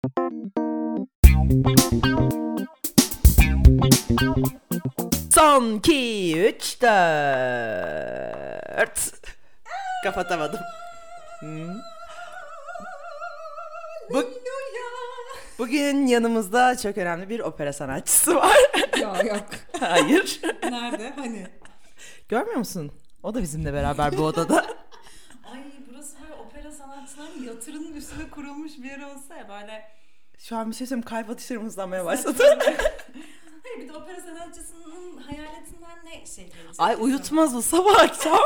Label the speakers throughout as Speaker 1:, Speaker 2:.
Speaker 1: Son 2, 3, 4. Kapatamadım. Bugün yanımızda çok önemli bir opera sanatçısı var.
Speaker 2: Yok.
Speaker 1: Hayır.
Speaker 2: Nerede? Hani?
Speaker 1: Görmüyor musun? O da bizimle beraber bu odada.
Speaker 2: Ay burası böyle opera sanatçılarının yatırının üstüne kurulmuş bir yer olsa ya böyle.
Speaker 1: Şu an bir şey söyleyeyim, kalp atışlarım hızlanmaya başladı.
Speaker 2: Hayır, bir de opera sanatçısının hayaletinden ne şey gelecek?
Speaker 1: Ay uyutmaz o sabah akşam.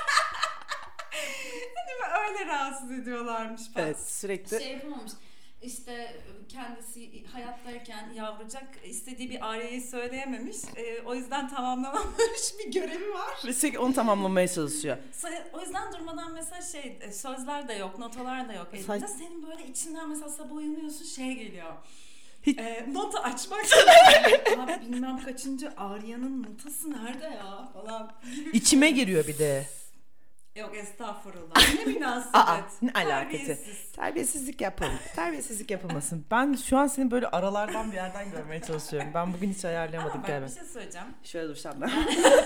Speaker 2: Değil mi? Öyle rahatsız ediyorlarmış falan.
Speaker 1: Evet, sürekli.
Speaker 2: Şey yapamamış. İşte kendisi hayattayken yavrucak istediği bir ariyeyi söyleyememiş. O yüzden tamamlamamış bir görevi var.
Speaker 1: Ve sürekli onu tamamlamaya çalışıyor.
Speaker 2: O yüzden durmadan mesela sözler de yok, notalar da yok elinde. Senin böyle içinden mesela sabah uyanıyorsun geliyor. Nota açmak. Abi bilmem kaçıncı Arya'nın notası nerede ya falan.
Speaker 1: İçime giriyor bir de.
Speaker 2: Yok estağfurullah. Ne münasebet.
Speaker 1: Ne alakası. Terbiyesizlik yapalım. Terbiyesizlik yapılmasın. Ben şu an seni böyle aralardan bir yerden görmeye çalışıyorum. Ben bugün hiç ayarlayamadım.
Speaker 2: Ama ben bir şey söyleyeceğim.
Speaker 1: Şöyle dursam ben.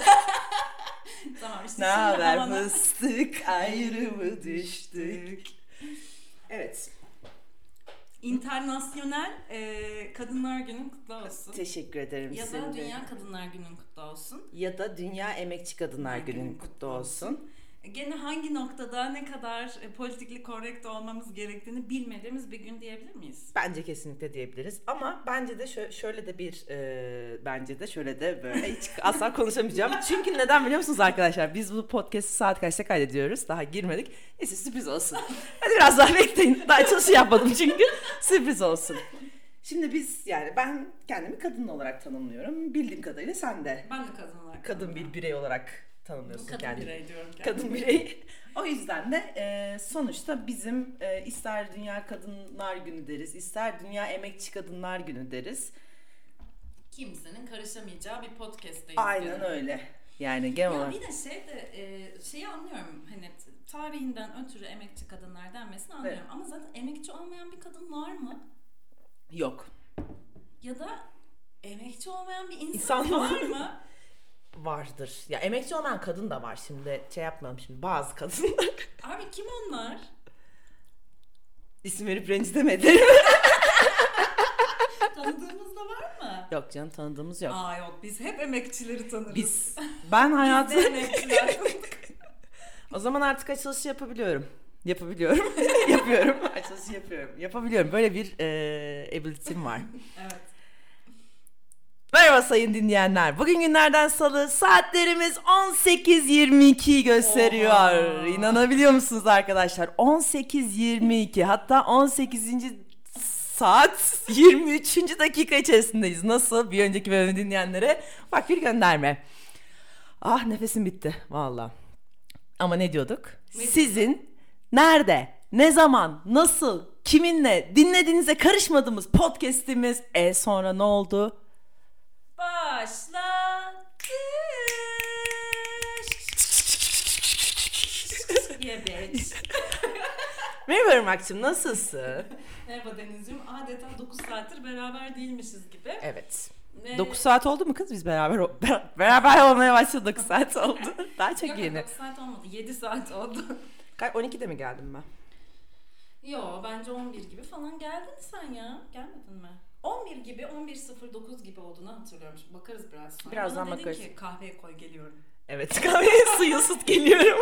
Speaker 2: Tamam işte.
Speaker 1: Ne haber fıstık, ayrı mı düştük? Evet.
Speaker 2: İnternasyonel Kadınlar Günü'nün kutlu olsun.
Speaker 1: Teşekkür ederim.
Speaker 2: Ya da Dünya Kadınlar Günü'nün kutlu olsun.
Speaker 1: Ya da Dünya Emekçi Kadınlar Günü'nün kutlu olsun.
Speaker 2: Gene hangi noktada ne kadar politically correct olmamız gerektiğini bilmediğimiz bir gün diyebilir miyiz?
Speaker 1: Bence kesinlikle diyebiliriz. Ama bence de şöyle de bence de şöyle de böyle hiç asla konuşamayacağım. Çünkü neden biliyor musunuz arkadaşlar? Biz bu podcast'ı saat kaçta kaydediyoruz? Daha girmedik. Neyse sürpriz olsun. Hadi biraz daha bekleyin. Daha açılışı yapmadım çünkü. Sürpriz olsun. Şimdi ben kendimi kadın olarak tanımlıyorum. Bildiğim kadarıyla sen de.
Speaker 2: Ben de kadın olarak.
Speaker 1: Kadın bir birey olarak tanımlıyorsun kendini.
Speaker 2: Kadın birey diyorum kendime.
Speaker 1: Kadın birey. O yüzden de sonuçta bizim ister Dünya Kadınlar Günü deriz, ister Dünya Emekçi Kadınlar Günü deriz.
Speaker 2: Kimsenin karışamayacağı bir podcast'teyiz.
Speaker 1: Aynen öyle. Yani genel olarak.
Speaker 2: Bir de şeyi anlıyorum. Hani tarihinden ötürü emekçi kadınlar denmesini anlıyorum. Evet. Ama zaten emekçi olmayan bir kadın var mı?
Speaker 1: Yok.
Speaker 2: Ya da emekçi olmayan bir insan var mı?
Speaker 1: Vardır. Ya emekçi olmayan kadın da var. Şimdi yapmayalım şimdi. Bazı kadınlar.
Speaker 2: Abi kim onlar?
Speaker 1: İsim verip rencide mi ederim?
Speaker 2: Tanıdığımız da var mı?
Speaker 1: Yok canım, tanıdığımız yok.
Speaker 2: Yok, biz hep emekçileri tanırız.
Speaker 1: Ben hayatı...
Speaker 2: Biz de emekçiler tanıdık.
Speaker 1: O zaman artık açılışı yapabiliyorum. Yapıyorum. Açılışı yapıyorum. Yapabiliyorum. Böyle bir ability'm var.
Speaker 2: Evet.
Speaker 1: Merhaba sayın dinleyenler. Bugün günlerden salı, saatlerimiz 18:22 gösteriyor. Oha. İnanabiliyor musunuz arkadaşlar? 18:22, hatta 18. saat 23. dakika içerisindeyiz. Nasıl? Bir önceki bölümü dinleyenlere bak bir gönderme. Ah, nefesim bitti valla. Ama ne diyorduk? Sizin nerede, ne zaman, nasıl, kiminle dinlediğinize karışmadığımız podcast'imiz sonra ne oldu?
Speaker 2: Başladı.
Speaker 1: Merhaba Irmak'cığım, nasılsın?
Speaker 2: Merhaba Deniz'ciğim. Adeta 9 saattir beraber değilmişiz gibi.
Speaker 1: Evet. 9 saat oldu mu kız? Biz beraber olmaya başladık, 9 saat oldu. Daha çok
Speaker 2: yok,
Speaker 1: yeni.
Speaker 2: 9 saat olmadı. 7 saat oldu.
Speaker 1: 12'de mi geldim ben?
Speaker 2: Yo, bence 11 gibi falan geldin sen ya. Gelmedin mi? 11 gibi, 11.09 gibi olduğunu hatırlıyorum. Şimdi bakarız biraz sonra.
Speaker 1: Birazdan
Speaker 2: bakarız.
Speaker 1: bakarız.
Speaker 2: Dedin ki kahveye koy geliyorum.
Speaker 1: Evet, kahveye suyu ısıt geliyorum.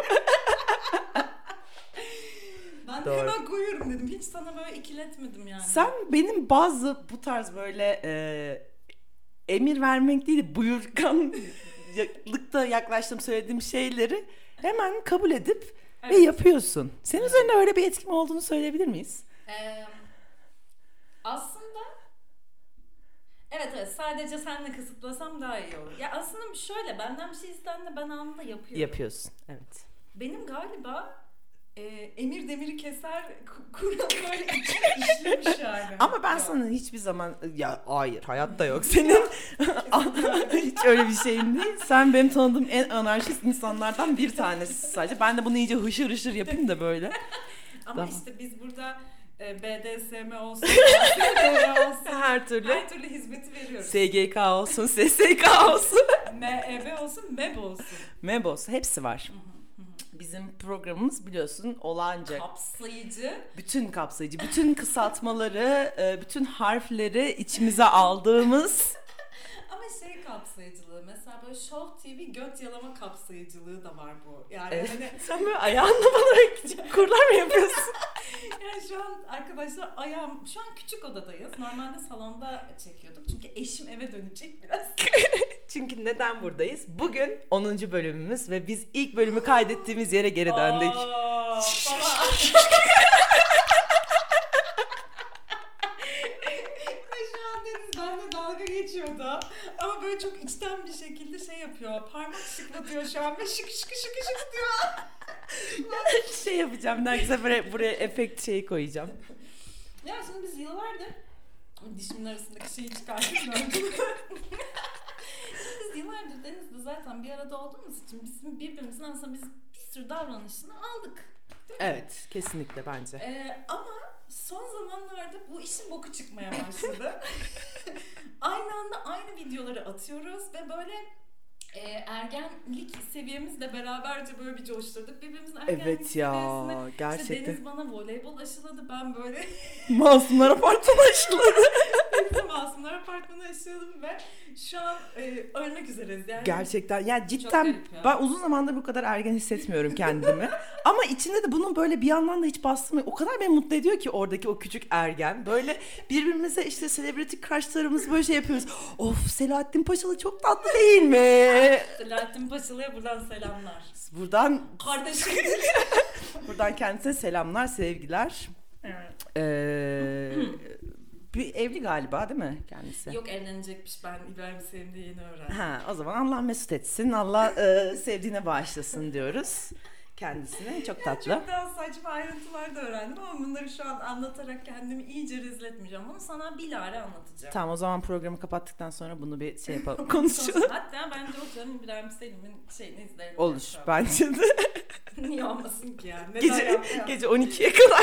Speaker 2: Ben de hemen koyuyorum dedim. Hiç sana böyle ikiletmedim yani.
Speaker 1: Sen benim bazı bu tarz böyle emir vermek değil, buyurganlıkta yaklaştığım, söylediğim şeyleri hemen kabul edip ve yapıyorsun. Senin üzerinde öyle bir etkim olduğunu söyleyebilir miyiz?
Speaker 2: Aslında evet sadece seninle kısıtlasam daha iyi olur. Ya aslında şöyle, benden bir şey istendiğinde ben anında yapıyorum.
Speaker 1: Yapıyorsun, evet.
Speaker 2: Benim galiba emir demiri keser kural böyle işlemiş yani.
Speaker 1: Ama ben sana hiçbir zaman hayır, hayatta yok senin. Hiç öyle bir şeyin değil. Sen benim tanıdığım en anarşist insanlardan bir tanesi sadece. Ben de bunu iyice hışır hışır yapayım da böyle.
Speaker 2: Ama işte biz burada BDSM olsun, BDSM olsun.
Speaker 1: Her türlü
Speaker 2: hizmeti veriyoruz.
Speaker 1: SGK olsun, SSK olsun.
Speaker 2: MEB olsun, MEB olsun.
Speaker 1: MEB olsun, hepsi var. Bizim programımız biliyorsun olağanca
Speaker 2: kapsayıcı.
Speaker 1: Bütün kapsayıcı, bütün kısaltmaları, bütün harfleri içimize aldığımız.
Speaker 2: Ama kapsayıcılığı mesela böyle Show TV göt yalama kapsayıcılığı da var bu. Yani
Speaker 1: evet.
Speaker 2: hani...
Speaker 1: Sen böyle ayağınla bana küçük kurlar mı yapıyorsun?
Speaker 2: Yani şu an arkadaşlar şu an küçük odadayız. Normalde salonda çekiyorduk. Çünkü eşim eve dönecek biraz.
Speaker 1: Çünkü neden buradayız? Bugün 10. bölümümüz ve biz ilk bölümü kaydettiğimiz yere geri döndük.
Speaker 2: Geçiyordu. Ama böyle çok içten bir şekilde yapıyor. Parmak şıklatıyor şu an ve şık diyor.
Speaker 1: Yapacağım. Neredeyse buraya efekt koyacağım.
Speaker 2: Ya şimdi biz yıllardır dişimin arasındaki şeyi çıkartmıyorum. Biz yıllardır Deniz'de zaten bir arada olduğumuz için bizim birbirimizin aslında biz bir sürü davranışını aldık.
Speaker 1: Evet, kesinlikle bence.
Speaker 2: Ama son zamanlarda bu işin boku çıkmaya başladı. Aynı anda aynı videoları atıyoruz ve böyle ergenlik seviyemizle beraberce böyle bir coşturduk. Birbirimizin ergenlik
Speaker 1: evet ya,
Speaker 2: seviyesine.
Speaker 1: gerçekten.
Speaker 2: İşte Deniz bana voleybol aşıladı, ben böyle
Speaker 1: Masumlar Apartmanı aşıladı.
Speaker 2: Masumlar Apartmanı aşıladım ve şu an ölmek üzereyiz. Yani
Speaker 1: gerçekten yani cidden ben uzun zamandır bu kadar ergen hissetmiyorum kendimi. Ama içinde de bunun böyle bir yandan da hiç bastırmıyor. O kadar beni mutlu ediyor ki oradaki o küçük ergen. Böyle birbirimize işte celebrity crushlarımız böyle yapıyoruz. Of, Selahattin Paşalı çok tatlı değil mi?
Speaker 2: Selahattin Paşalı'ya buradan selamlar.
Speaker 1: Buradan
Speaker 2: kardeşim.
Speaker 1: Buradan kendisine selamlar, sevgiler.
Speaker 2: Evet.
Speaker 1: Bir evli galiba değil mi kendisi?
Speaker 2: Yok, evlenecekmiş, ben İbrahim Selim'de yeni öğrendim.
Speaker 1: O zaman Allah mesut etsin, Allah sevdiğine bağışlasın diyoruz kendisine. Çok tatlı.
Speaker 2: Çok daha saçma ayrıntılar da öğrendim ama bunları şu an anlatarak kendimi iyice rezil etmeyeceğim. Bunu sana bilahare anlatacağım.
Speaker 1: Tamam, o zaman programı kapattıktan sonra bunu bir yapalım, konuşalım.
Speaker 2: Hatta bence oturalım İbrahim Selim'in izleyelim.
Speaker 1: Olur bence de.
Speaker 2: Niye olmasın ki yani?
Speaker 1: Gece 12'ye kadar.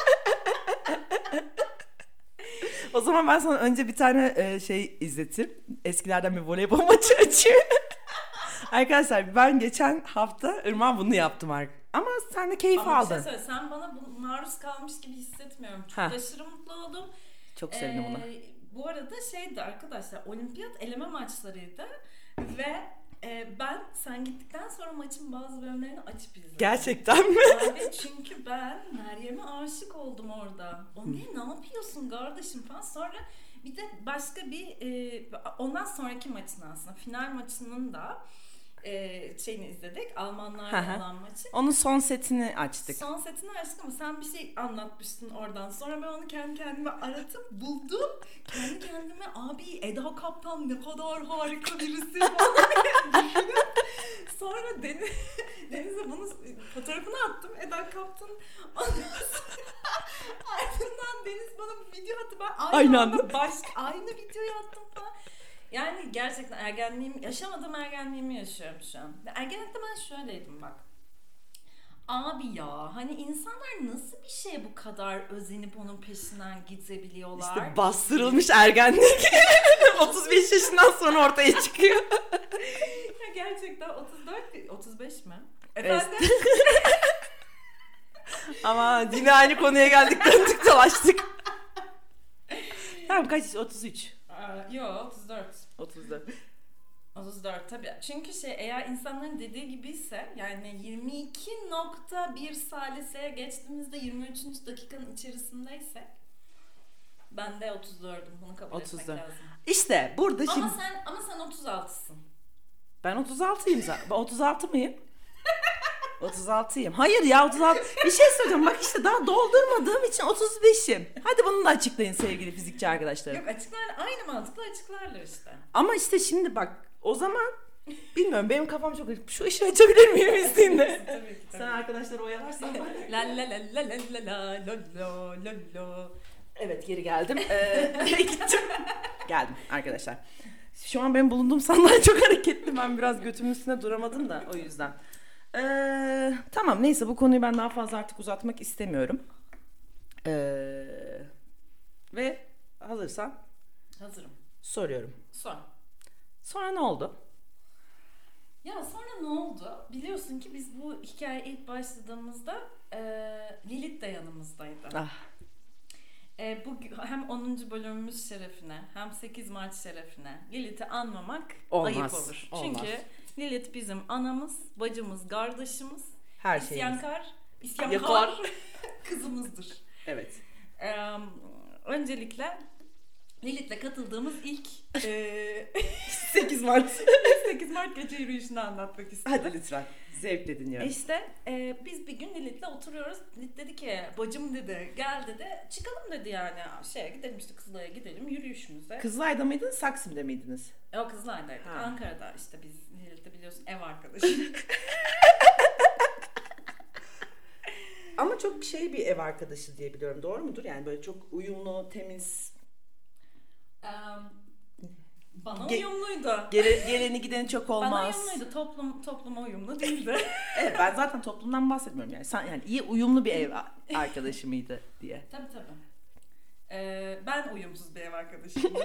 Speaker 1: O zaman ben sana önce bir tane izleteyim. Eskilerden bir voleybol maçı açayım. Arkadaşlar ben geçen hafta Irmak'a bunu yaptım ama sen de keyif aldın.
Speaker 2: Ama sen bana maruz kalmış gibi hissetmiyorum. Çok aşırı mutlu oldum.
Speaker 1: Çok sevindim buna.
Speaker 2: Bu arada arkadaşlar, olimpiyat eleme maçlarıydı ve sen gittikten sonra maçın bazı bölümlerini açıp izledim.
Speaker 1: Gerçekten mi?
Speaker 2: Evet, çünkü ben Meryem'e aşık oldum orada. O ne yapıyorsun kardeşim falan. Sonra bir de başka bir ondan sonraki maçın, aslında final maçının da izledik. Almanlarla olan maçı.
Speaker 1: Onun son setini açtık.
Speaker 2: Son setini açtık ama sen bir şey anlatmıştın oradan. Sonra ben onu kendi kendime aratıp buldum. Kendi kendime abi Eda Kaptan ne kadar harika birisi falan düşünüp sonra Deniz'e bunun fotoğrafını attım. Eda Kaptan. Ardından Deniz bana bir video attı. Ben aynı anda aynı videoyu attım falan. Yani gerçekten yaşamadığım ergenliğimi yaşıyorum şu an. Ergenlikte ben şöyleydim bak. Abi ya, hani insanlar nasıl bir şeye bu kadar özenip onun peşinden gidebiliyorlar?
Speaker 1: İşte bastırılmış ergenlik. 35 yaşından sonra ortaya çıkıyor.
Speaker 2: Ya gerçekten 35 mi? Efendim?
Speaker 1: Evet. Ama yine aynı konuya geldik, döndük dolaştık. Tamam, kaç? 33.
Speaker 2: Yok, 34 tabii. Çünkü eğer insanların dediği gibiyse, yani 22.1 saliseye geçtiğimizde 23. dakikanın içerisindeysek ben de 34'üm. Bunu kabul etmek lazım.
Speaker 1: İşte burada şimdi...
Speaker 2: Ama sen 36'sın.
Speaker 1: Ben 36'yım zaten. Ben 36 mıyım? 36'yım. Hayır ya, 36. Bir şey söyleyeceğim. Bak işte daha doldurmadığım için 35'im. Hadi bunu da açıklayın sevgili fizikçi arkadaşlarım.
Speaker 2: Yok, aynı mantıkla açıklarlar işte.
Speaker 1: Ama işte şimdi bak, o zaman bilmiyorum, benim kafam çok karışık. Şu ışığı açabilir miyim izninle?
Speaker 2: Tabii ki.
Speaker 1: Sen arkadaşları oyalarsan bak.
Speaker 2: La la la la la la la la la la.
Speaker 1: Evet, geri geldim. Gittim. Geldim arkadaşlar. Şu an benim bulunduğum sandalye çok hareketli. Ben biraz götümün üstüne duramadım da o yüzden. Tamam, neyse, bu konuyu ben daha fazla artık uzatmak istemiyorum. Ve hazırsan
Speaker 2: Hazırım.
Speaker 1: soruyorum.
Speaker 2: Sor.
Speaker 1: Sonra ne oldu?
Speaker 2: Ya sonra ne oldu? Biliyorsun ki biz bu hikaye ilk başladığımızda Lilith de yanımızdaydı.
Speaker 1: Ah.
Speaker 2: Bu hem 10. bölümümüz şerefine hem 8 Mart şerefine Lilith'i anmamak
Speaker 1: Olmaz,
Speaker 2: ayıp olur.
Speaker 1: olmaz.
Speaker 2: Çünkü Lilith bizim anamız, bacımız, kardeşimiz,
Speaker 1: Her şeyimiz.
Speaker 2: isyankar kızımızdır.
Speaker 1: Evet.
Speaker 2: Öncelikle Lilith'le katıldığımız ilk
Speaker 1: 8 Mart.
Speaker 2: 8 Mart gece yürüyüşünü anlatmak istedim.
Speaker 1: Hadi lütfen. Zevkle dinliyorum.
Speaker 2: İşte biz bir gün Lilith'le oturuyoruz. Lilith dedi ki bacım dedi gel dedi çıkalım dedi yani gidelim işte Kızılay'a gidelim yürüyüşümüze.
Speaker 1: Kızılay'da mıydınız, Taksim'de miydiniz?
Speaker 2: O Kızılay'daydık.
Speaker 1: Ha.
Speaker 2: Ankara'da işte biz Lilith'le biliyorsun ev arkadaşı.
Speaker 1: Ama çok şey bir ev arkadaşı diye biliyorum. Doğru mudur? Yani böyle çok uyumlu, temiz.
Speaker 2: Bana uyumluydu.
Speaker 1: Geleni gideni çok olmaz.
Speaker 2: Bana uyumluydu. Topluma uyumlu değildi.
Speaker 1: Evet, ben zaten toplumdan bahsetmiyorum yani. Yani iyi uyumlu bir ev arkadaşı mıydı diye.
Speaker 2: Tabii. Ben uyumsuz bir ev arkadaşıyım.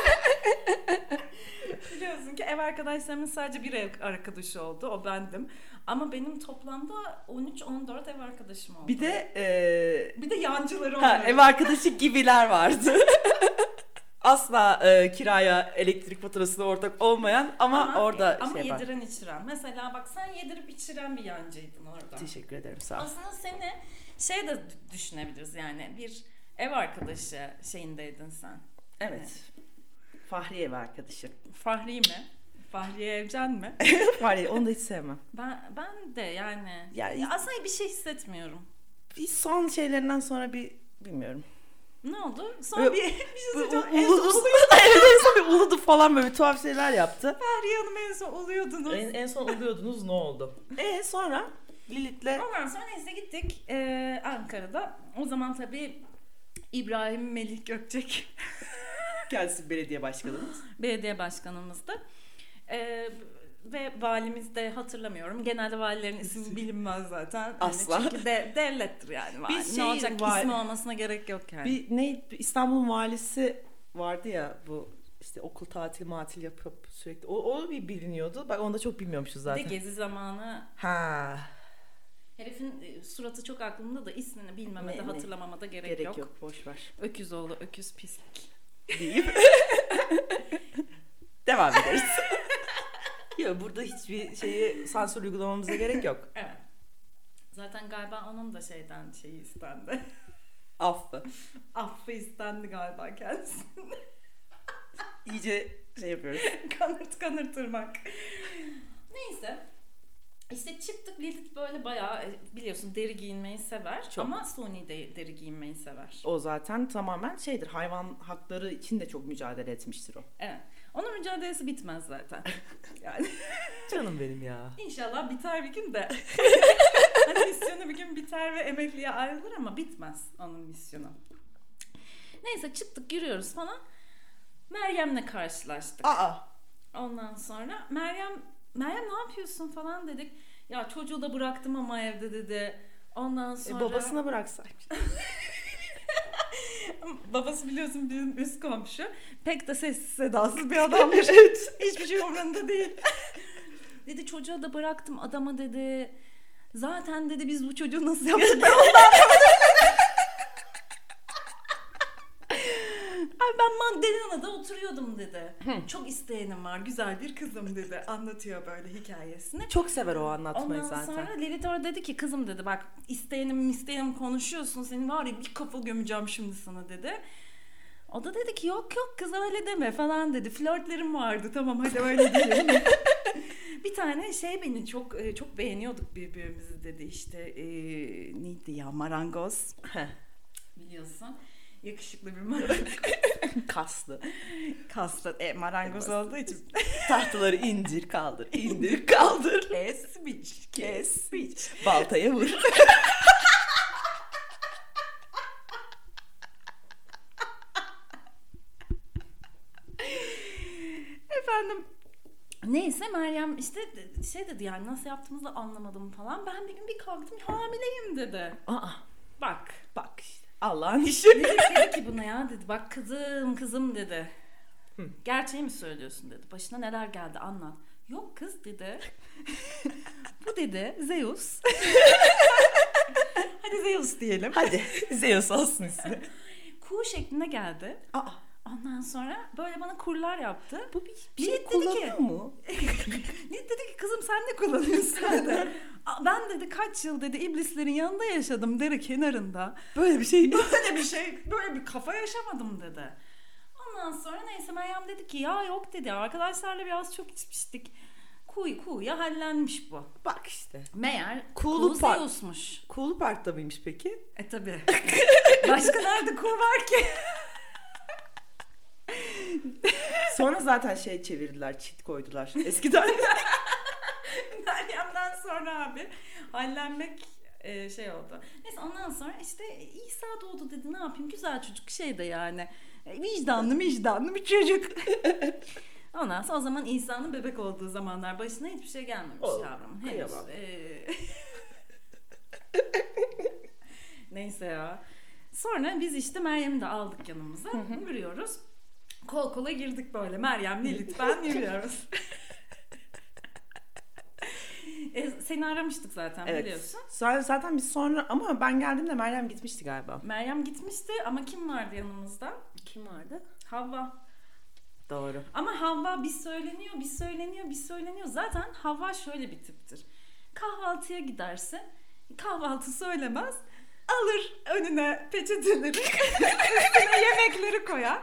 Speaker 2: Biliyorsun ki ev arkadaşlarımın sadece bir ev arkadaşı oldu. O bendim. Ama benim toplamda 13-14 ev arkadaşım oldu.
Speaker 1: Bir de
Speaker 2: yancıları oldu.
Speaker 1: ev arkadaşı gibiler vardı. Asla kiraya, elektrik faturasına ortak olmayan ama orada
Speaker 2: ama
Speaker 1: şey var.
Speaker 2: yediren içiren. Mesela bak sen yedirip içiren bir yancıydın orada.
Speaker 1: Teşekkür ederim, sağ ol.
Speaker 2: Aslında seni de düşünebiliriz yani bir ev arkadaşı şeyindeydin sen.
Speaker 1: Evet. Fahriye ev arkadaşı.
Speaker 2: Fahri mi? Fahriye Evcen mi?
Speaker 1: Fahriye, onu da hiç sevmem.
Speaker 2: Ben de yani.
Speaker 1: Ya
Speaker 2: aslında bir şey hissetmiyorum.
Speaker 1: Bir son şeylerinden sonra bilmiyorum.
Speaker 2: Ne oldu? Sonra bir şey söyleyeceğim.
Speaker 1: En son bir uludu falan, böyle tuhaf şeyler yaptı.
Speaker 2: Fahriye Hanım en son uluyordunuz.
Speaker 1: En son uluyordunuz, ne oldu? Sonra Lilith'le...
Speaker 2: Ondan sonra neyse gittik Ankara'da. O zaman tabii İbrahim Melih Gökçek.
Speaker 1: Kendisi belediye başkanımız.
Speaker 2: Belediye başkanımızdı. Ve valimiz de hatırlamıyorum. Genelde valilerin ismi bilinmez zaten.
Speaker 1: Asla.
Speaker 2: Yani çünkü devlettir yani vali. Ne olacak ismi olmasına gerek yok yani.
Speaker 1: İstanbul'un valisi vardı ya, bu işte okul tatil yapıp sürekli. O bir biliniyordu. Bak onu da çok bilmiyormuşuz zaten.
Speaker 2: Bir de gezi zamanı.
Speaker 1: Ha.
Speaker 2: Herifin suratı çok aklımda da ismini bilmeme de hatırlamama da gerek yok.
Speaker 1: Yok, boş ver.
Speaker 2: Öküzoğlu, öküz pislik.
Speaker 1: Deyip devam ederiz. Yok, burada hiçbir sansür uygulamamıza gerek yok.
Speaker 2: Evet. Zaten galiba onun da şeyi istendi.
Speaker 1: Affı.
Speaker 2: Affı istendi galiba kendisine.
Speaker 1: İyice yapıyoruz.
Speaker 2: Kanırtırmak. Neyse. İşte çıktık. Lilith böyle bayağı biliyorsun deri giyinmeyi sever.
Speaker 1: Çok.
Speaker 2: Ama suni deri giyinmeyi sever.
Speaker 1: O zaten tamamen hayvan hakları için de çok mücadele etmiştir o.
Speaker 2: Evet. Onun mücadelesi bitmez zaten. Yani.
Speaker 1: Canım benim ya.
Speaker 2: İnşallah biter bir gün de. Hani misyonu bir gün biter ve emekliye ayrılır ama bitmez onun misyonu. Neyse çıktık yürüyoruz falan. Meryem'le karşılaştık. Ondan sonra Meryem ne yapıyorsun falan dedik. Ya çocuğu da bıraktım ama evde dedi. Ondan sonra...
Speaker 1: Babasına bıraksaymış.
Speaker 2: Babası biliyorsun bizim üst komşu. Pek de sessiz sedasız bir adamdır. Hiçbir şey umurunda değil. Dedi çocuğu da bıraktım adama dedi. Zaten dedi biz bu çocuğu nasıl yaptık ben ondan. Ay ben Magdalena'da oturuyordum dedi. Çok isteyenim var, güzel bir kızım dedi. Anlatıyor böyle hikayesini.
Speaker 1: Çok sever o anlatmayı zaten.
Speaker 2: Ondan sonra Lilith orada dedi ki kızım dedi bak isteyenim konuşuyorsun. Senin var ya bir kafa gömeceğim şimdi sana dedi. O da dedi ki yok kız öyle deme falan dedi. Flörtlerim vardı tamam hadi öyle diyelim. Bir tane beni çok beğeniyorduk birbirimizi dedi işte neydi ya marangoz. Biliyorsun. Yakışıklı bir marangoz.
Speaker 1: Kaslı.
Speaker 2: Marangoz olduğu için.
Speaker 1: Tahtaları indir kaldır. İndir kaldır.
Speaker 2: Kes biç.
Speaker 1: Baltaya vur.
Speaker 2: Efendim. Neyse Meryem işte dedi yani nasıl yaptığımızı anlamadım falan. Ben bir gün bir kalktım hamileyim dedi.
Speaker 1: Aa.
Speaker 2: Bak.
Speaker 1: işte. Allah'ın işi.
Speaker 2: Dedi ki buna ya dedi bak kızım dedi. Gerçeği mi söylüyorsun dedi. Başına neler geldi anlat. Yok kız dedi. Bu dedi Zeus. Hadi Zeus diyelim.
Speaker 1: Hadi Zeus olsun ismi.
Speaker 2: Kuğu şeklinde geldi.
Speaker 1: Aa.
Speaker 2: Ondan sonra böyle bana kurlar yaptı.
Speaker 1: Bu bir şey
Speaker 2: Niyet
Speaker 1: kullanıyor mu?
Speaker 2: Niyet dedi ki kızım sen ne kullanıyorsun dedi. Ben dedi kaç yıl dedi iblislerin yanında yaşadım dere kenarında.
Speaker 1: Böyle bir şey.
Speaker 2: Böyle bir kafa yaşamadım dedi. Ondan sonra neyse Meryem dedi ki ya yok dedi arkadaşlarla biraz çok içmiştik. Kuğuya hallenmiş bu.
Speaker 1: Bak işte.
Speaker 2: Meğer
Speaker 1: Kuğulu
Speaker 2: Kuğu Zeus'muş.
Speaker 1: Kuğulu Park'ta mıymış peki?
Speaker 2: Tabii. Başka nerede kuğu var ki?
Speaker 1: Sonra zaten çevirdiler, çit koydular. Eskiden.
Speaker 2: Meryem'den sonra abi hallenmek oldu. Neyse ondan sonra işte İsa doğdu dedi ne yapayım güzel çocuk de yani. Vicdanlı bir çocuk. Ondan sonra o zaman İsa'nın bebek olduğu zamanlar başına hiçbir şey gelmemiş yavrum. Henüz. Neyse ya. Sonra biz işte Meryem'i de aldık yanımıza. Yürüyoruz. Kol kola girdik böyle. Meryem, Lilith ben yürüyoruz. Seni aramıştık zaten biliyorsun.
Speaker 1: Zaten biz sonra ama ben geldiğimde Meryem gitmişti galiba.
Speaker 2: Meryem gitmişti ama kim vardı yanımızda?
Speaker 1: Kim vardı?
Speaker 2: Havva.
Speaker 1: Doğru.
Speaker 2: Ama Havva bir söyleniyor. Zaten Havva şöyle bir tiptir. Kahvaltıya gidersin. Kahvaltı söylemez. Alır önüne peçeteleri. Üstüne yemekleri koyar.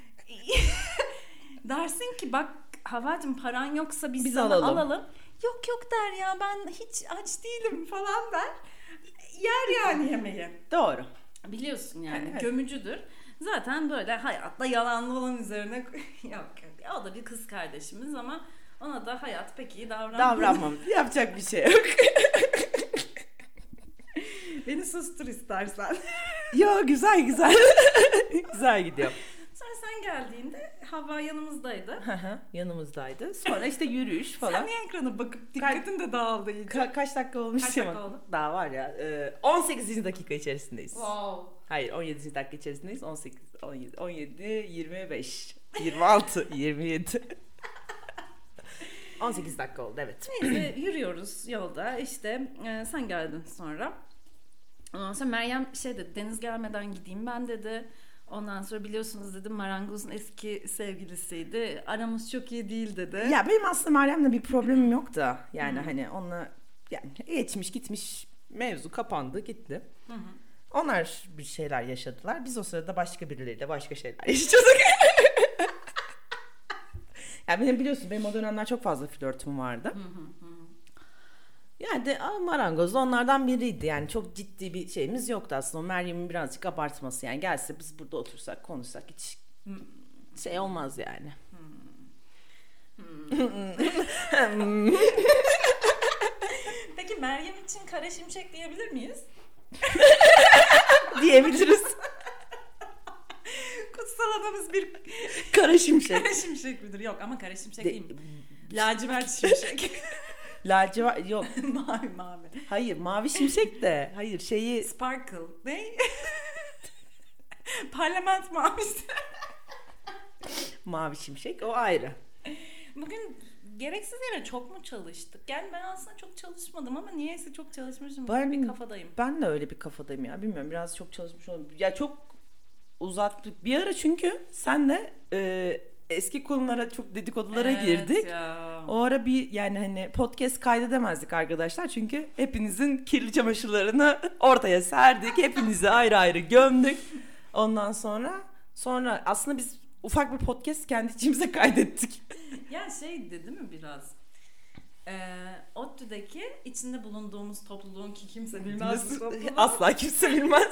Speaker 2: Dersin ki bak Havvacığım paran yoksa biz sana alalım. Yok der ya ben hiç aç değilim falan der. Yer yani yemeği.
Speaker 1: Doğru.
Speaker 2: Biliyorsun yani gömücüdür. Zaten böyle hayatta yalanlı olan üzerine yok. O da bir kız kardeşimiz ama ona da hayat pek iyi
Speaker 1: davranmam. Yapacak bir şey yok.
Speaker 2: Beni sustur istersen.
Speaker 1: Yo güzel. Güzel gidiyor.
Speaker 2: Sonra sen geldiğinde Havva yanımızdaydı.
Speaker 1: Yanımızdaydı. Sonra işte yürüyüş falan.
Speaker 2: Sen niye ekrana bakıp dikkatin de dağıldı iyice?
Speaker 1: Kaç dakika olmuş?
Speaker 2: Kaç dakika oldu?
Speaker 1: Daha var ya. 18. dakika içerisindeyiz.
Speaker 2: Wow.
Speaker 1: Hayır 17. dakika içerisindeyiz. 18, 17, 25, 26, 27. 18 dakika oldu evet.
Speaker 2: Neyse yürüyoruz yolda işte sen geldin sonra. Ondan sonra Meryem dedi Deniz gelmeden gideyim ben dedi. Ondan sonra biliyorsunuz dedim marangozun eski sevgilisiydi. Aramız çok iyi değil dedi.
Speaker 1: Ya benim aslında Meryem'le bir problemim yok da yani hani onunla yani geçmiş gitmiş mevzu kapandı gitti. Onlar bir şeyler yaşadılar. Biz o sırada başka birileriyle başka şeyler yaşıyorduk. Yani benim biliyorsun benim o dönemler çok fazla flörtüm vardı. Yani de marangoz onlardan biriydi. Yani çok ciddi bir şeyimiz yoktu aslında. O Meryem'in birazcık abartması yani. Gelse biz burada otursak konuşsak hiç şey olmaz yani.
Speaker 2: Peki Meryem için kara şimşek diyebilir miyiz?
Speaker 1: Diyebiliriz.
Speaker 2: Kutsal adamız bir
Speaker 1: kara şimşek.
Speaker 2: Kara şimşek midir? Yok ama kara şimşek değil mi? Lacivert şimşek.
Speaker 1: Lacivert yok.
Speaker 2: Mavi.
Speaker 1: Hayır mavi şimşek de. Hayır
Speaker 2: Sparkle. Ne? Parlament mavisi.
Speaker 1: Mavi şimşek o ayrı.
Speaker 2: Bugün gereksiz yere çok mu çalıştık? Yani ben aslında çok çalışmadım ama niyeyse çok çalışmışım. Bir kafadayım.
Speaker 1: Ben de öyle bir kafadayım ya. Bilmiyorum biraz çok çalışmış oldum. Ya çok uzattık. Bir ara çünkü senle eski konulara çok dedikodulara girdik.
Speaker 2: Ya.
Speaker 1: O ara bir yani hani podcast kaydedemezdik arkadaşlar. Çünkü hepinizin kirli çamaşırlarını ortaya serdik. Hepinizi ayrı ayrı gömdük. Ondan sonra aslında biz ufak bir podcast kendi içimize kaydettik.
Speaker 2: Ya değil mi biraz? ODTÜ'deki içinde bulunduğumuz topluluğun ki kimse bilmez.
Speaker 1: Asla kimse bilmez.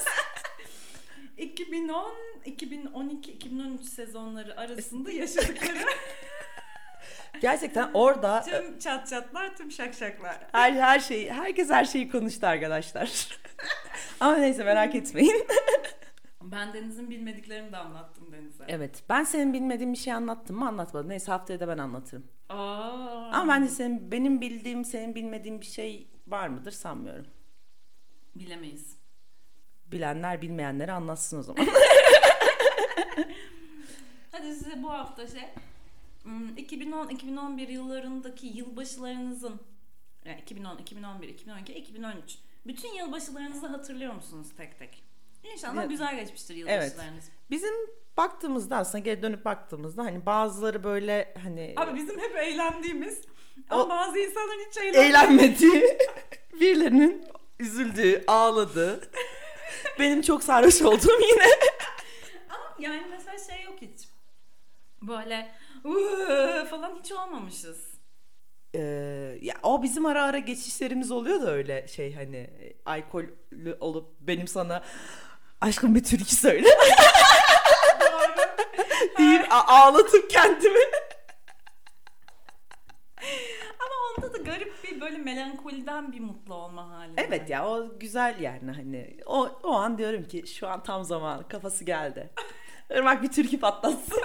Speaker 2: 2010, 2012, 2013 sezonları arasında yaşadıkları
Speaker 1: gerçekten orada
Speaker 2: tüm çatlar, tüm şakşaklar.
Speaker 1: Herkes her şeyi konuştu arkadaşlar. Ama neyse merak etmeyin.
Speaker 2: Ben Deniz'in bilmediklerini de anlattım Deniz'e.
Speaker 1: Evet. Ben senin bilmediğin bir şey anlattım mı anlatmadım. Neyse haftaya da ben anlatırım.
Speaker 2: Aa.
Speaker 1: Ama ben de benim bildiğim senin bilmediğin bir şey var mıdır sanmıyorum.
Speaker 2: Bilemeyiz.
Speaker 1: bilenler bilmeyenlere anlatsın o zaman.
Speaker 2: Hadi size bu hafta 2010-2011 yıllarındaki yılbaşılarınızın, yani 2010, 2011, 2012, 2013 bütün yılbaşılarınızı hatırlıyor musunuz tek tek? İnşallah
Speaker 1: Evet.
Speaker 2: güzel geçmiştir yılbaşılarınız.
Speaker 1: Evet. Bizim baktığımızda aslında geri dönüp baktığımızda hani bazıları böyle hani
Speaker 2: Abi bizim hep eğlendiğimiz ama bazı insanların hiç
Speaker 1: eğlenmediği, birilerinin üzüldüğü, ağladığı, benim çok sarhoş olduğum yine.
Speaker 2: Ama yani mesela şey yok hiç. Böyle falan hiç olmamışız.
Speaker 1: Ya o bizim ara ara geçişlerimiz oluyor da öyle şey hani alkollü olup benim sana aşkım bir türkü söyle deyip ağlatıp kendimi.
Speaker 2: Ama onda da garip bir böyle melankoliden bir mutlu olma hali.
Speaker 1: Evet ya o güzel yani hani o an diyorum ki şu an tam zamanı, kafası geldi. Irmak bir türkü patlatsın.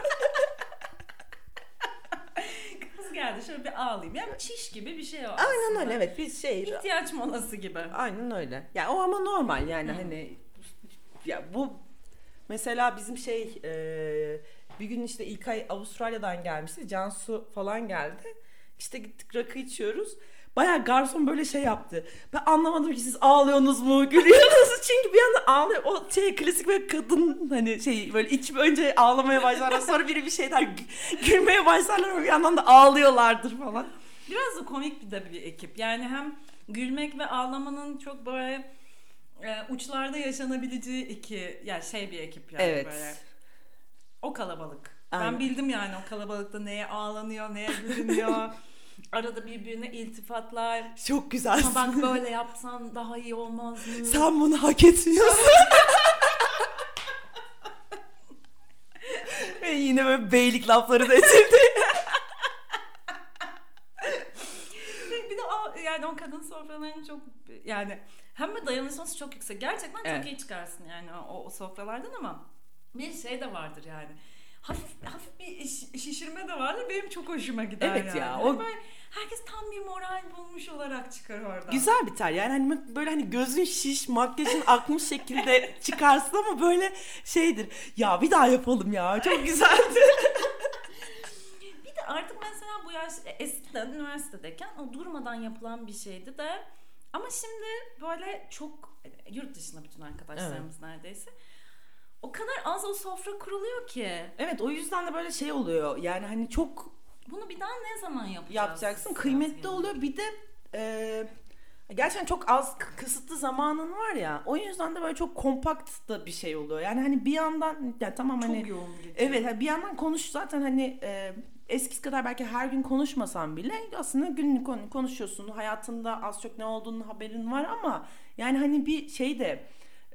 Speaker 2: Kafası geldi şöyle bir ağlayayım. Yani çiş gibi bir şey o aslında.
Speaker 1: Aynen öyle, evet, biz şey.
Speaker 2: İhtiyaç molası gibi.
Speaker 1: Aynen öyle. Yani o ama normal yani hani ya bu mesela bizim bir gün işte İlkay Avustralya'dan gelmişti. Cansu falan geldi. İşte gittik rakı içiyoruz. Bayağı garson böyle şey yaptı. Ben anlamadım ki siz ağlıyorsunuz mu, gülüyorsunuz çünkü bir anda ağlıyor. O klasik böyle kadın hani böyle önce ağlamaya başlarlar, sonra biri bir şeyler gülmeye başlarlar, bir yandan da ağlıyorlardır falan.
Speaker 2: Biraz da komik bir ekip. Yani hem gülmek ve ağlamanın çok böyle uçlarda yaşanabileceği bir ekip yani
Speaker 1: Evet.
Speaker 2: böyle. O kalabalık.
Speaker 1: Aynen.
Speaker 2: Ben bildim yani o kalabalıkta neye ağlanıyor, neye gülünüyor. Arada birbirine iltifatlar.
Speaker 1: Çok güzel.
Speaker 2: Ama bak böyle yapsan daha iyi olmaz mı?
Speaker 1: Sen bunu hak etmiyorsun. Ve yine böyle beylik lafları da edildi.
Speaker 2: Bir de o kadın sofralarının çok yani hem de dayanışması çok yüksek. Gerçekten
Speaker 1: Evet.
Speaker 2: çok iyi çıkarsın yani o sofralardan ama bir şey de vardır yani. Hafif bir şişirme de vardır. Benim çok hoşuma gider
Speaker 1: Evet
Speaker 2: yani.
Speaker 1: ya,
Speaker 2: Hani
Speaker 1: o-
Speaker 2: böyle herkes tam bir moral bulmuş olarak çıkar oradan.
Speaker 1: Güzel biter yani hani böyle hani gözün şiş, makyajın akmış şekilde çıkarsın ama böyle şeydir. Ya bir daha yapalım ya, çok güzeldi.
Speaker 2: Bir de artık mesela bu yaş eskiden üniversitedeyken o durmadan yapılan bir şeydi de ama şimdi böyle çok yurt dışında bütün arkadaşlarımız neredeyse o kadar az o sofra kuruluyor ki.
Speaker 1: Evet, o yüzden de böyle şey oluyor yani hani çok
Speaker 2: Bunu bir daha ne zaman
Speaker 1: yapacaksın, kıymetli oluyor. Bir de gerçekten çok az kısıtlı zamanın var ya, o yüzden de böyle çok kompakt da bir şey oluyor. Yani hani bir yandan ya tamam hani
Speaker 2: çok yoğun geçiyor.
Speaker 1: evet, bir yandan zaten hani eskisi kadar belki her gün konuşmasan bile aslında günlük konuşuyorsun. Hayatında az çok ne olduğunun haberin var ama yani hani bir şey de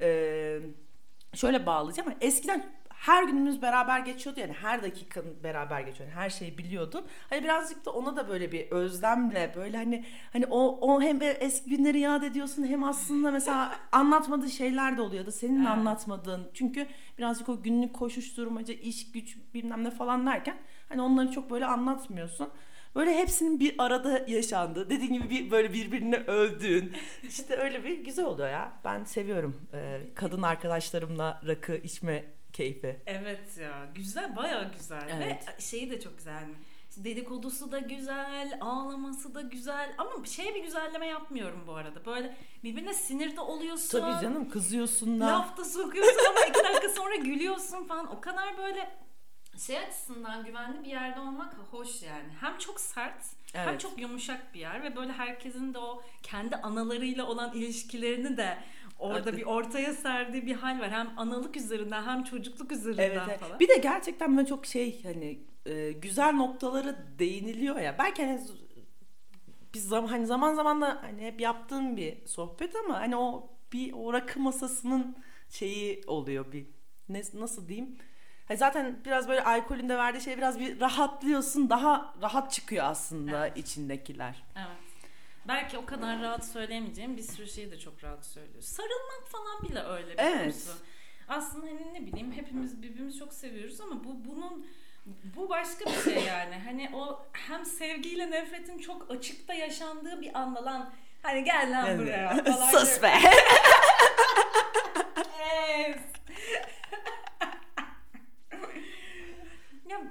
Speaker 1: şöyle bağlayacağım ama eskiden her günümüz beraber geçiyordu yani, her dakikanın beraber geçiyordu. Her şeyi biliyordun. Hani birazcık da ona da böyle bir özlemle böyle hani o hem eski günleri yad ediyorsun hem aslında mesela anlatmadığın şeyler de oluyor da senin
Speaker 2: Evet.
Speaker 1: anlatmadığın. Çünkü birazcık o günlük koşuşturmaca, iş güç bilmem ne falan derken hani onları çok böyle anlatmıyorsun. Böyle hepsinin bir arada yaşandığı, dediğin gibi böyle birbirini övdüğün, işte öyle bir güzel oluyor ya. Ben seviyorum kadın arkadaşlarımla rakı içme keyfi.
Speaker 2: Evet ya güzel, bayağı güzel.
Speaker 1: Evet.
Speaker 2: Ve şeyi de çok güzel. Dedikodusu da güzel, ağlaması da güzel ama bir güzelleme yapmıyorum bu arada. Böyle birbirine sinirde oluyorsun.
Speaker 1: Tabii canım, kızıyorsun da.
Speaker 2: Laf da sokuyorsun ama 2 dakika sonra gülüyorsun falan. O kadar böyle açısından güvenli bir yerde olmak hoş yani. Hem çok sert hem
Speaker 1: Evet.
Speaker 2: çok yumuşak bir yer ve böyle herkesin de o kendi analarıyla olan ilişkilerini de orada
Speaker 1: Evet.
Speaker 2: bir ortaya serdiği bir hal var. Hem analık üzerinden hem çocukluk üzerinden
Speaker 1: Evet.
Speaker 2: falan.
Speaker 1: Bir de gerçekten böyle çok hani güzel noktalara değiniliyor ya. Belki hani biz hani zaman zaman da hani hep yaptığım bir sohbet ama hani o rakı masasının şeyi oluyor nasıl diyeyim? Hani zaten biraz böyle alkolün de verdiği şey, biraz bir rahatlıyorsun, daha rahat çıkıyor aslında içindekiler.
Speaker 2: Evet. Belki o kadar rahat söyleyemeyeceğim bir sürü şeyi de çok rahat söylüyor. Sarılmak falan bile öyle, biliyor
Speaker 1: Evet.
Speaker 2: musun? Aslında hani ne bileyim hepimiz birbirimizi çok seviyoruz ama bu başka bir şey yani. Hani o hem sevgiyle nefretin çok açıkta yaşandığı bir anda lan hani gel lan buraya falan.
Speaker 1: Sus be.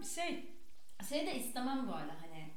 Speaker 2: şey de istemem böyle hani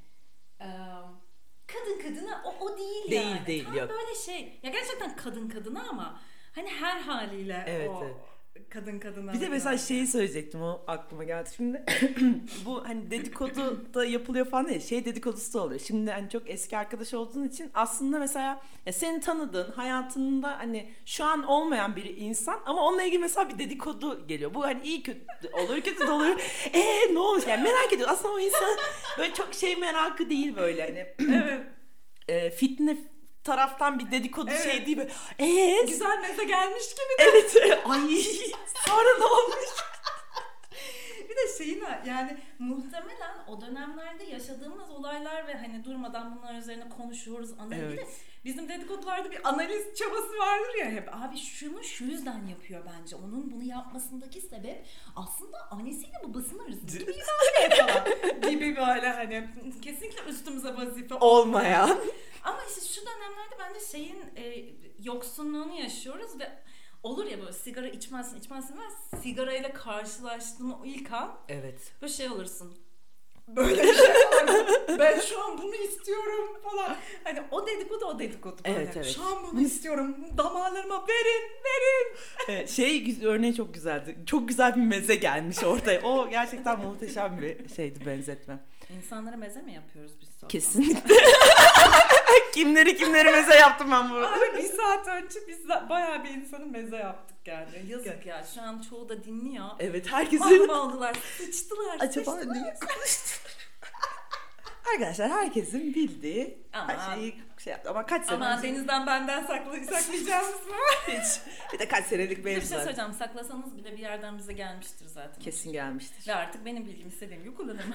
Speaker 2: kadın kadına o değil
Speaker 1: Değil,
Speaker 2: yani.
Speaker 1: değil,
Speaker 2: tam
Speaker 1: yok.
Speaker 2: böyle şey ya, gerçekten kadın kadına ama hani her haliyle
Speaker 1: Evet,
Speaker 2: o
Speaker 1: evet.
Speaker 2: kadın kadına.
Speaker 1: Bir de mesela şeyi söyleyecektim, o aklıma geldi şimdi. Bu hani dedikodu da yapılıyor falan ya, şey dedikodusu da oluyor. Şimdi hani çok eski arkadaş olduğun için aslında mesela ya seni tanıdığın, hayatında hani şu an olmayan bir insan ama onunla ilgili mesela bir dedikodu geliyor. Bu hani iyi kötü olur, kötü de olur. Ne olmuş yani, merak ediyor. Aslında o insan böyle çok şey merakı değil böyle hani.
Speaker 2: Evet.
Speaker 1: Fitne taraftan bir dedikodu
Speaker 2: Evet.
Speaker 1: şey değil böyle.
Speaker 2: Güzel meze gelmiş gibi de.
Speaker 1: Evet. Ay sonra ne olmuş?
Speaker 2: Bir de şeyin yani muhtemelen o dönemlerde yaşadığımız olaylar ve hani durmadan bunlar üzerine konuşuyoruz, analiz.
Speaker 1: Evet.
Speaker 2: Bir de bizim dedikodularda bir analiz çabası vardır ya hep. Abi şunu şu yüzden yapıyor bence. Onun bunu yapmasındaki sebep aslında annesiyle babasının arasındaki bir ilişki falan gibi böyle hani kesinlikle üstümüze vazife
Speaker 1: Olmayan.
Speaker 2: Ama işte şu dönemlerde bence şeyin yoksunluğunu yaşıyoruz ve olur ya böyle sigara içmezsin ve sigarayla karşılaştığın o ilk an
Speaker 1: Evet.
Speaker 2: böyle şey olursun. Böyle bir şey var. Ben şu an bunu istiyorum falan. Hani o dedikodu böyle.
Speaker 1: Evet, evet.
Speaker 2: Şu an bunu istiyorum. Damarlarıma verin.
Speaker 1: Evet, örneği çok güzeldi. Çok güzel bir meze gelmiş ortaya. O gerçekten muhteşem bir şeydi, benzetme.
Speaker 2: İnsanlara meze mi yapıyoruz biz sonra?
Speaker 1: Kesinlikle. kimleri meze yaptım ben burada.
Speaker 2: Abi bir saat önce biz bayağı bir insanın meze yaptık yani. Yazık ya, şu an çoğu da dinliyor.
Speaker 1: Evet, herkesin.
Speaker 2: Mahvoldular, sıçtılar.
Speaker 1: Acaba ne konuştular? Arkadaşlar herkesin bildiği her şeyi şey yaptı. Ama kaç sene
Speaker 2: Ama
Speaker 1: önce-
Speaker 2: Deniz'den benden saklayacağımız mı?
Speaker 1: hiç. Bir de kaç senelik
Speaker 2: Bir şey
Speaker 1: mevzular.
Speaker 2: söyleyeceğim, saklasanız bile bir yerden bize gelmiştir zaten.
Speaker 1: Kesin gelmiştir.
Speaker 2: Ve artık benim bilgimi istediğim gibi kullanırım.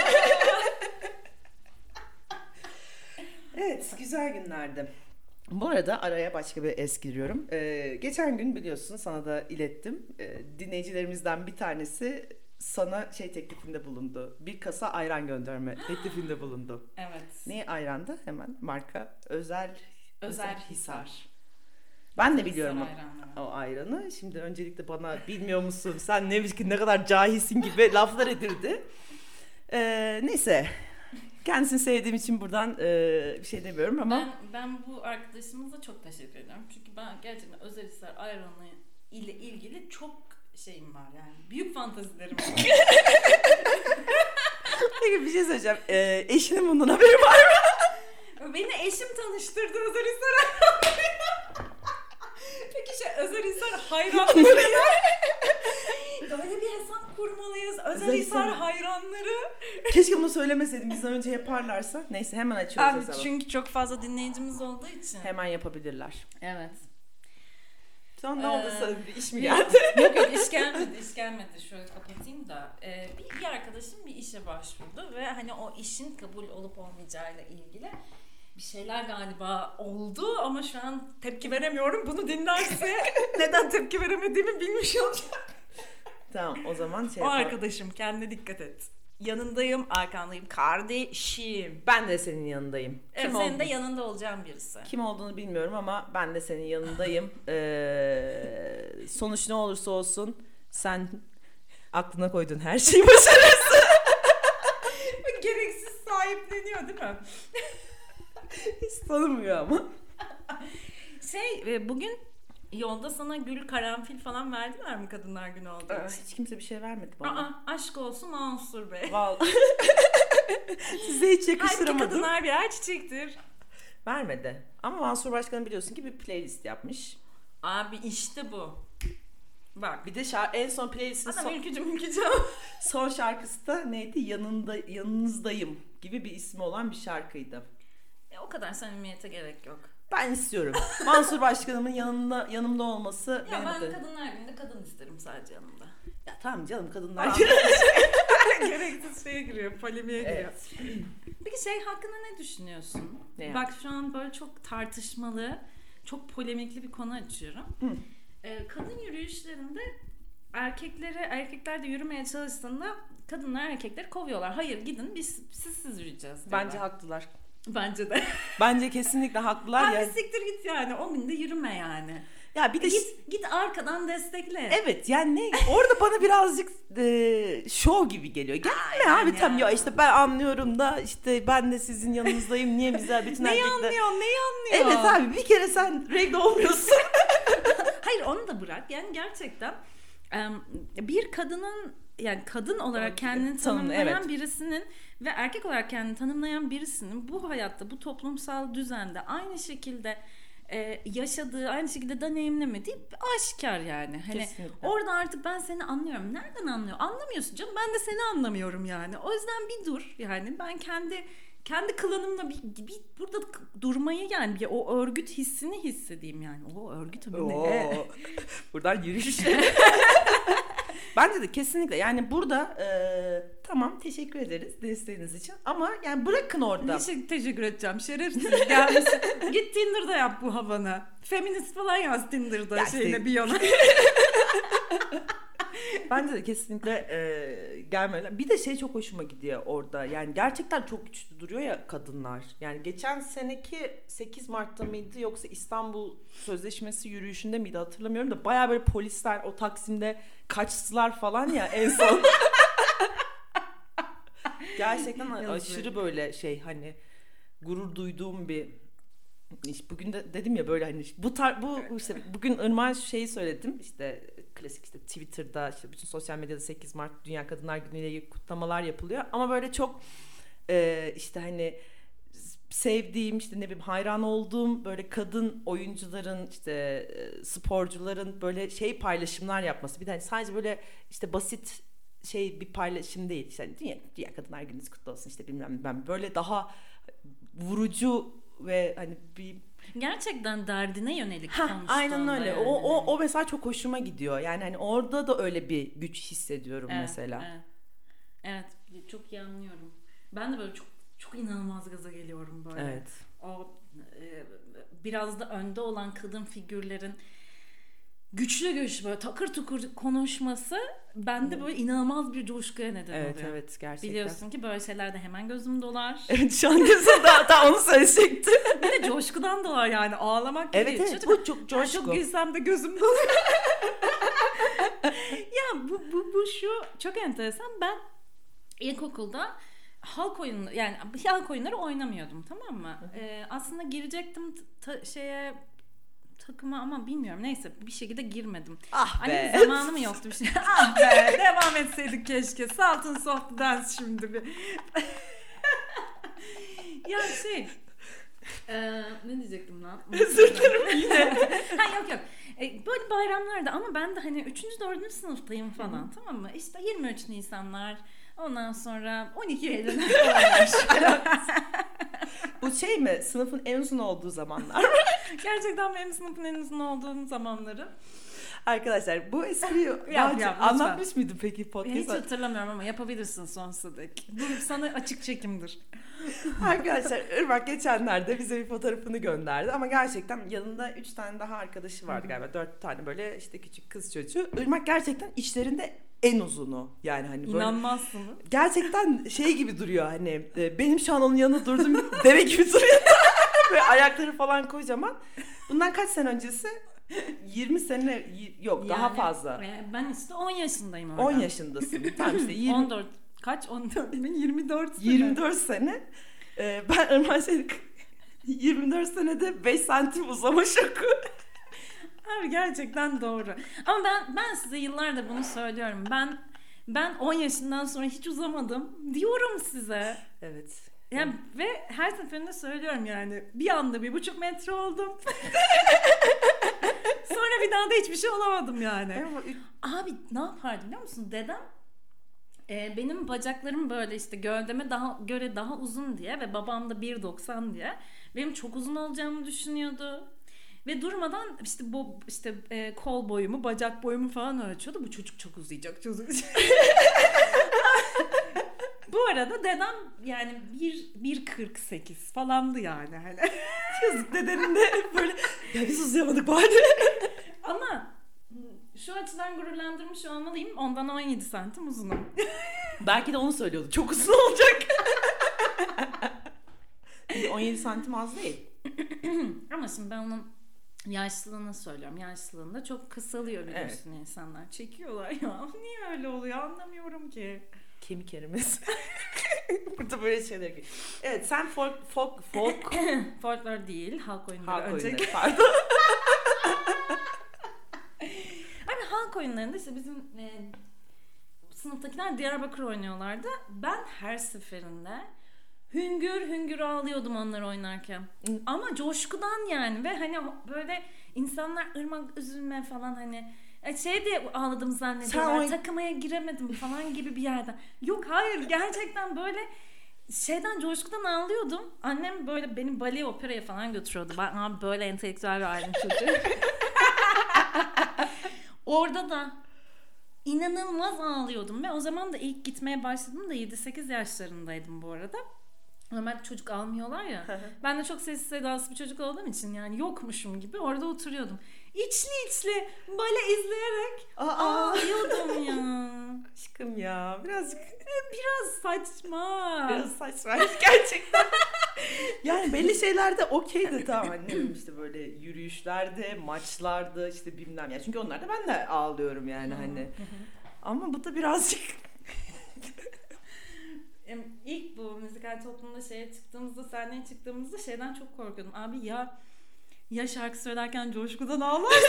Speaker 1: Evet, güzel günlerdi. Bu arada araya başka bir es giriyorum. Geçen gün biliyorsun, sana da ilettim. Dinleyicilerimizden bir tanesi sana şey teklifinde bulundu. Bir kasa ayran gönderme teklifinde bulundu.
Speaker 2: Evet.
Speaker 1: Ne ayrandı? Hemen marka Özel
Speaker 2: Hisar.
Speaker 1: Ben de biliyorum
Speaker 2: Hisar
Speaker 1: o ayranı. Şimdi öncelikle bana bilmiyor musun, sen ne kadar cahilsin gibi laflar edildi. Neyse. Kendisini sevdiğim için buradan bir şey demiyorum ama.
Speaker 2: Ben bu arkadaşımıza çok teşekkür ediyorum. Çünkü ben gerçekten Özelhisar ayranı ile ilgili çok şeyim var yani. Büyük fantazilerim var.
Speaker 1: Peki bir şey söyleyeceğim. Eşinin bundan haberi var mı?
Speaker 2: Beni eşim tanıştırdı Özelhisar ayranlarıyla. Peki Özelhisar hayranları ya. Böyle bir hesap kurmalıyız. Özelhisar hayranları.
Speaker 1: Keşke bunu söylemeseydim. Bizden önce yaparlarsa. Neyse, hemen açıyoruz
Speaker 2: Abi
Speaker 1: hesabı.
Speaker 2: çünkü çok fazla dinleyicimiz olduğu için.
Speaker 1: Hemen yapabilirler.
Speaker 2: Evet.
Speaker 1: Sonra ne oldu sana, bir iş mi geldi?
Speaker 2: Yok iş gelmedi. Şöyle kapatayım da. Bir arkadaşım bir işe başvurdu ve hani o işin kabul olup olmayacağıyla ilgili bir şeyler galiba oldu ama şu an tepki veremiyorum. Bunu dinlerse neden tepki veremediğimi bilmiş olacak.
Speaker 1: Tamam, o zaman şey
Speaker 2: O
Speaker 1: yapalım.
Speaker 2: arkadaşım, kendine dikkat et. Yanındayım, arkandayım, kardeşim.
Speaker 1: Ben de senin yanındayım.
Speaker 2: Evet, senin de yanında olacağım birisi.
Speaker 1: Kim olduğunu bilmiyorum ama ben de senin yanındayım. Sonuç ne olursa olsun sen aklına koyduğun her şeyi başarırsın.
Speaker 2: Gereksiz sahipleniyor değil mi?
Speaker 1: Hiç tanımıyor ama.
Speaker 2: Bugün yolda sana gül, karanfil falan verdiler mi Kadınlar Günü olduğu için?
Speaker 1: Hiç kimse bir şey vermedi bana.
Speaker 2: Aşk olsun Mansur Bey.
Speaker 1: Vallahi. Size hiç
Speaker 2: Halbuki
Speaker 1: yakıştıramadım.
Speaker 2: kadınlar birer çiçektir.
Speaker 1: Vermedi. Ama Mansur Başkan'ın biliyorsun ki bir playlist yapmış.
Speaker 2: Abi işte bu. Bak.
Speaker 1: Bir de en son playlist'in
Speaker 2: Adam ülkücü.
Speaker 1: son şarkısı da neydi? Yanınızdayım gibi bir ismi olan bir şarkıydı.
Speaker 2: O kadar samimiyete gerek yok.
Speaker 1: Ben istiyorum. Mansur Başkanımın yanımda olması
Speaker 2: Ya
Speaker 1: benim
Speaker 2: ben
Speaker 1: de.
Speaker 2: Kadınlar Günü'nde kadın isterim sadece yanımda.
Speaker 1: Ya tamam canım, kadınlar.
Speaker 2: Gereksiz şeye giriyor, polemiğe giriyor.
Speaker 1: Evet.
Speaker 2: Peki hakkında ne düşünüyorsun?
Speaker 1: Ne
Speaker 2: Bak şu an böyle çok tartışmalı, çok polemikli bir konu açıyorum. Kadın yürüyüşlerinde erkekler de yürümeye çalıştığında kadınlar erkekleri kovuyorlar. Hayır gidin biz siz yürüyeceğiz diyorlar.
Speaker 1: Bence haklılar.
Speaker 2: Bence de.
Speaker 1: Bence kesinlikle haklılar.
Speaker 2: Abi siktir git yani, o gün de yürüme yani.
Speaker 1: Ya bir de
Speaker 2: git arkadan destekle.
Speaker 1: Evet yani ne orada bana birazcık şov gibi geliyor. Gelme abi tam ya işte ben anlıyorum da işte ben de sizin yanınızdayım. Niye bize bütün
Speaker 2: neyi
Speaker 1: erkekler...
Speaker 2: anlıyor?
Speaker 1: Evet abi bir kere sen regle olmuyorsun.
Speaker 2: Hayır onu da bırak. Yani gerçekten bir kadının yani kadın olarak kendini tanımlayan birisinin ve erkek olarak kendini tanımlayan birisinin bu hayatta, bu toplumsal düzende aynı şekilde yaşadığı, aynı şekilde deneyimlemediği aşikar yani. Hani
Speaker 1: kesinlikle.
Speaker 2: Orada artık ben seni anlıyorum. Nereden anlıyor? Anlamıyorsun canım. Ben de seni anlamıyorum yani. O yüzden bir dur yani. Ben kendi klanımla bir burada durmayı yani bir o örgüt hissini hissedeyim yani. O örgüt mü ne?
Speaker 1: Buradan yürüyüş. Bence de kesinlikle yani burada tamam teşekkür ederiz desteğiniz için ama yani bırakın orada.
Speaker 2: Teşekkür edeceğim şerefsiz gelmişsin. Git Tinder'da yap bu havanı. Feminist falan yaz Tinder'da ya şeyine bir yana.
Speaker 1: Bence de kesinlikle gelmeli. Bir de şey çok hoşuma gidiyor orada. Yani gerçekten çok güçlü duruyor ya kadınlar. Yani geçen seneki 8 Mart'ta mıydı yoksa İstanbul Sözleşmesi yürüyüşünde miydi hatırlamıyorum da bayağı böyle polisler o Taksim'de kaçtılar falan ya en son. Gerçekten aşırı böyle şey hani gurur duyduğum bir iş. Bugün de dedim ya böyle hani bu işte bugün Irmak'a şeyi söyledim işte klasik işte Twitter'da işte bütün sosyal medyada 8 Mart Dünya Kadınlar Günü ile ilgili kutlamalar yapılıyor ama böyle çok işte hani sevdiğim işte ne bileyim hayran olduğum böyle kadın oyuncuların işte sporcuların böyle şey paylaşımlar yapması bir de hani sadece böyle işte basit şey bir paylaşım değil işte hani Dünya Kadınlar Gününüz kutlu olsun işte bilmem ben böyle daha vurucu ve hani bir
Speaker 2: gerçekten derdine yönelik konuştuğunda.
Speaker 1: Aynen öyle.
Speaker 2: Yani.
Speaker 1: O mesela çok hoşuma gidiyor. Yani hani orada da öyle bir güç hissediyorum mesela.
Speaker 2: Evet, çok iyi anlıyorum. Ben de böyle çok inanılmaz gaza geliyorum böyle.
Speaker 1: Evet.
Speaker 2: O biraz da önde olan kadın figürlerin güçlü böyle takır tukur konuşması bende böyle inanılmaz bir coşkuya neden oluyor.
Speaker 1: Evet gerçekten.
Speaker 2: Biliyorsun ki böyle şeylerde hemen gözüm dolar.
Speaker 1: Evet şu an gözüm daha onu söyleyecektim.
Speaker 2: Bir de coşkudan dolar yani ağlamak gibi.
Speaker 1: Evet bu çok coşku.
Speaker 2: Yani çok gülsem de gözüm dolar. Ya bu şu çok enteresan. Ben ilkokulda halk oyunları oynamıyordum tamam mı? Aslında girecektim takıma ama bilmiyorum neyse bir şekilde girmedim.
Speaker 1: Ah be.
Speaker 2: Zamanım yoktu bir şey. Ah be devam etseydik keşke. Saltın soft dance şimdi bir. Ya ne diyecektim lan?
Speaker 1: Özür dilerim yine.
Speaker 2: Yok. Böyle bayramlarda ama ben de hani 3. 4. sınıftayım falan tamam mı? İşte 23 Nisanlar ondan sonra 12 Eylül'ler falan.
Speaker 1: Bu şey mi? Sınıfın en uzun olduğu zamanlar.
Speaker 2: Gerçekten benim sınıfın en uzun olduğum zamanları.
Speaker 1: Arkadaşlar bu espriyi anlatmış mıydım peki podcast'ta?
Speaker 2: Hiç hatırlamıyorum ama yapabilirsin sonsuza dek. Bu sana açık çekimdir.
Speaker 1: Arkadaşlar Irmak geçenlerde bize bir fotoğrafını gönderdi ama gerçekten yanında 3 tane daha arkadaşı vardı galiba 4 tane böyle işte küçük kız çocuğu. Irmak gerçekten içlerinde en uzunu yani hani böyle.
Speaker 2: İnanmazsın.
Speaker 1: Gerçekten şey gibi duruyor hani benim şu an onun yanında durduğum deve gibi duruyor. Böyle ayakları falan kocaman. Bundan kaç sene öncesi? 20 sene yok yani, daha fazla.
Speaker 2: Ben işte 10 yaşındayım orada.
Speaker 1: 10 yaşındasın. Tamam işte 20.
Speaker 2: 14. Kaç? 14 mi? 24 sene.
Speaker 1: 24 sene. Ben Irmak 24 senede 5 santim uzama şoku.
Speaker 2: Abi gerçekten doğru. Ama ben size yıllardır bunu söylüyorum. Ben 10 yaşından sonra hiç uzamadım diyorum size.
Speaker 1: Evet.
Speaker 2: Yani ve her seferinde söylüyorum yani bir anda 1,5 metre oldum. Sonra bir daha da hiçbir şey olamadım yani. Abi ne yapardı biliyor musun? Dedem benim bacaklarım böyle işte gövdeme göre daha uzun diye ve babam da 1,90 diye benim çok uzun olacağımı düşünüyordu. Ve durmadan işte kol boyumu, bacak boyumu falan ölçüyordu. Bu çocuk çok uzayacak. Bu arada dedem yani 1,48 falandı yani. Hani.
Speaker 1: Yazık dedenin de böyle ya biz uzayamadık bari.
Speaker 2: Ama şu açıdan gururlandırmış olmalıyım. Ondan 17 santim uzunum.
Speaker 1: Belki de onu söylüyordu. Çok uzun olacak. 17 santim az değil.
Speaker 2: Ama şimdi ben onun yaşlılığını söylüyorum. Yaşlılığında çok kısalıyor biliyorsun insanlar. Çekiyorlar ya. Niye öyle oluyor anlamıyorum ki.
Speaker 1: Kemik erimesi. Burada böyle şeyler gibi. Evet sen folk
Speaker 2: Folklor değil, halk oyunları
Speaker 1: halk
Speaker 2: önceki.
Speaker 1: oyunları pardon.
Speaker 2: Hani halk oyunlarında işte bizim sınıftakiler Diyarbakır oynuyorlardı. Ben her seferinde hüngür hüngür ağlıyordum onları oynarken. Ama coşkudan yani ve hani böyle insanlar ırmak üzülme falan hani şey diye ağladım zannediyorlar. Takımaya giremedim falan gibi bir yerden. Yok hayır gerçekten böyle şeyden coşkudan ağlıyordum. Annem böyle beni baleye operaya falan götürüyordu. Ben abi böyle entelektüel bir ailenin çocuğu. Orada da inanılmaz ağlıyordum ve o zaman da ilk gitmeye başladım da 7-8 yaşlarındaydım bu arada. Normalde çocuk almıyorlar ya. Ben de çok sessiz sedasız bir çocuk olduğum için yani yokmuşum gibi orada oturuyordum. İçli içli bale izleyerek ağlıyordum ya.
Speaker 1: Aşkım ya birazcık
Speaker 2: biraz saçma.
Speaker 1: Biraz saçmaymış gerçekten. Yani belli şeylerde okeydi tamam annem işte böyle yürüyüşlerde, maçlarda işte bilmem ya. Çünkü onlarda ben de ağlıyorum yani hani. Ama bu da birazcık
Speaker 2: İlk bu müzikal toplumda sahneye çıktığımızda şeyden çok korkuyordum. Abi ya şarkı söylerken coşkudan ağlarsın.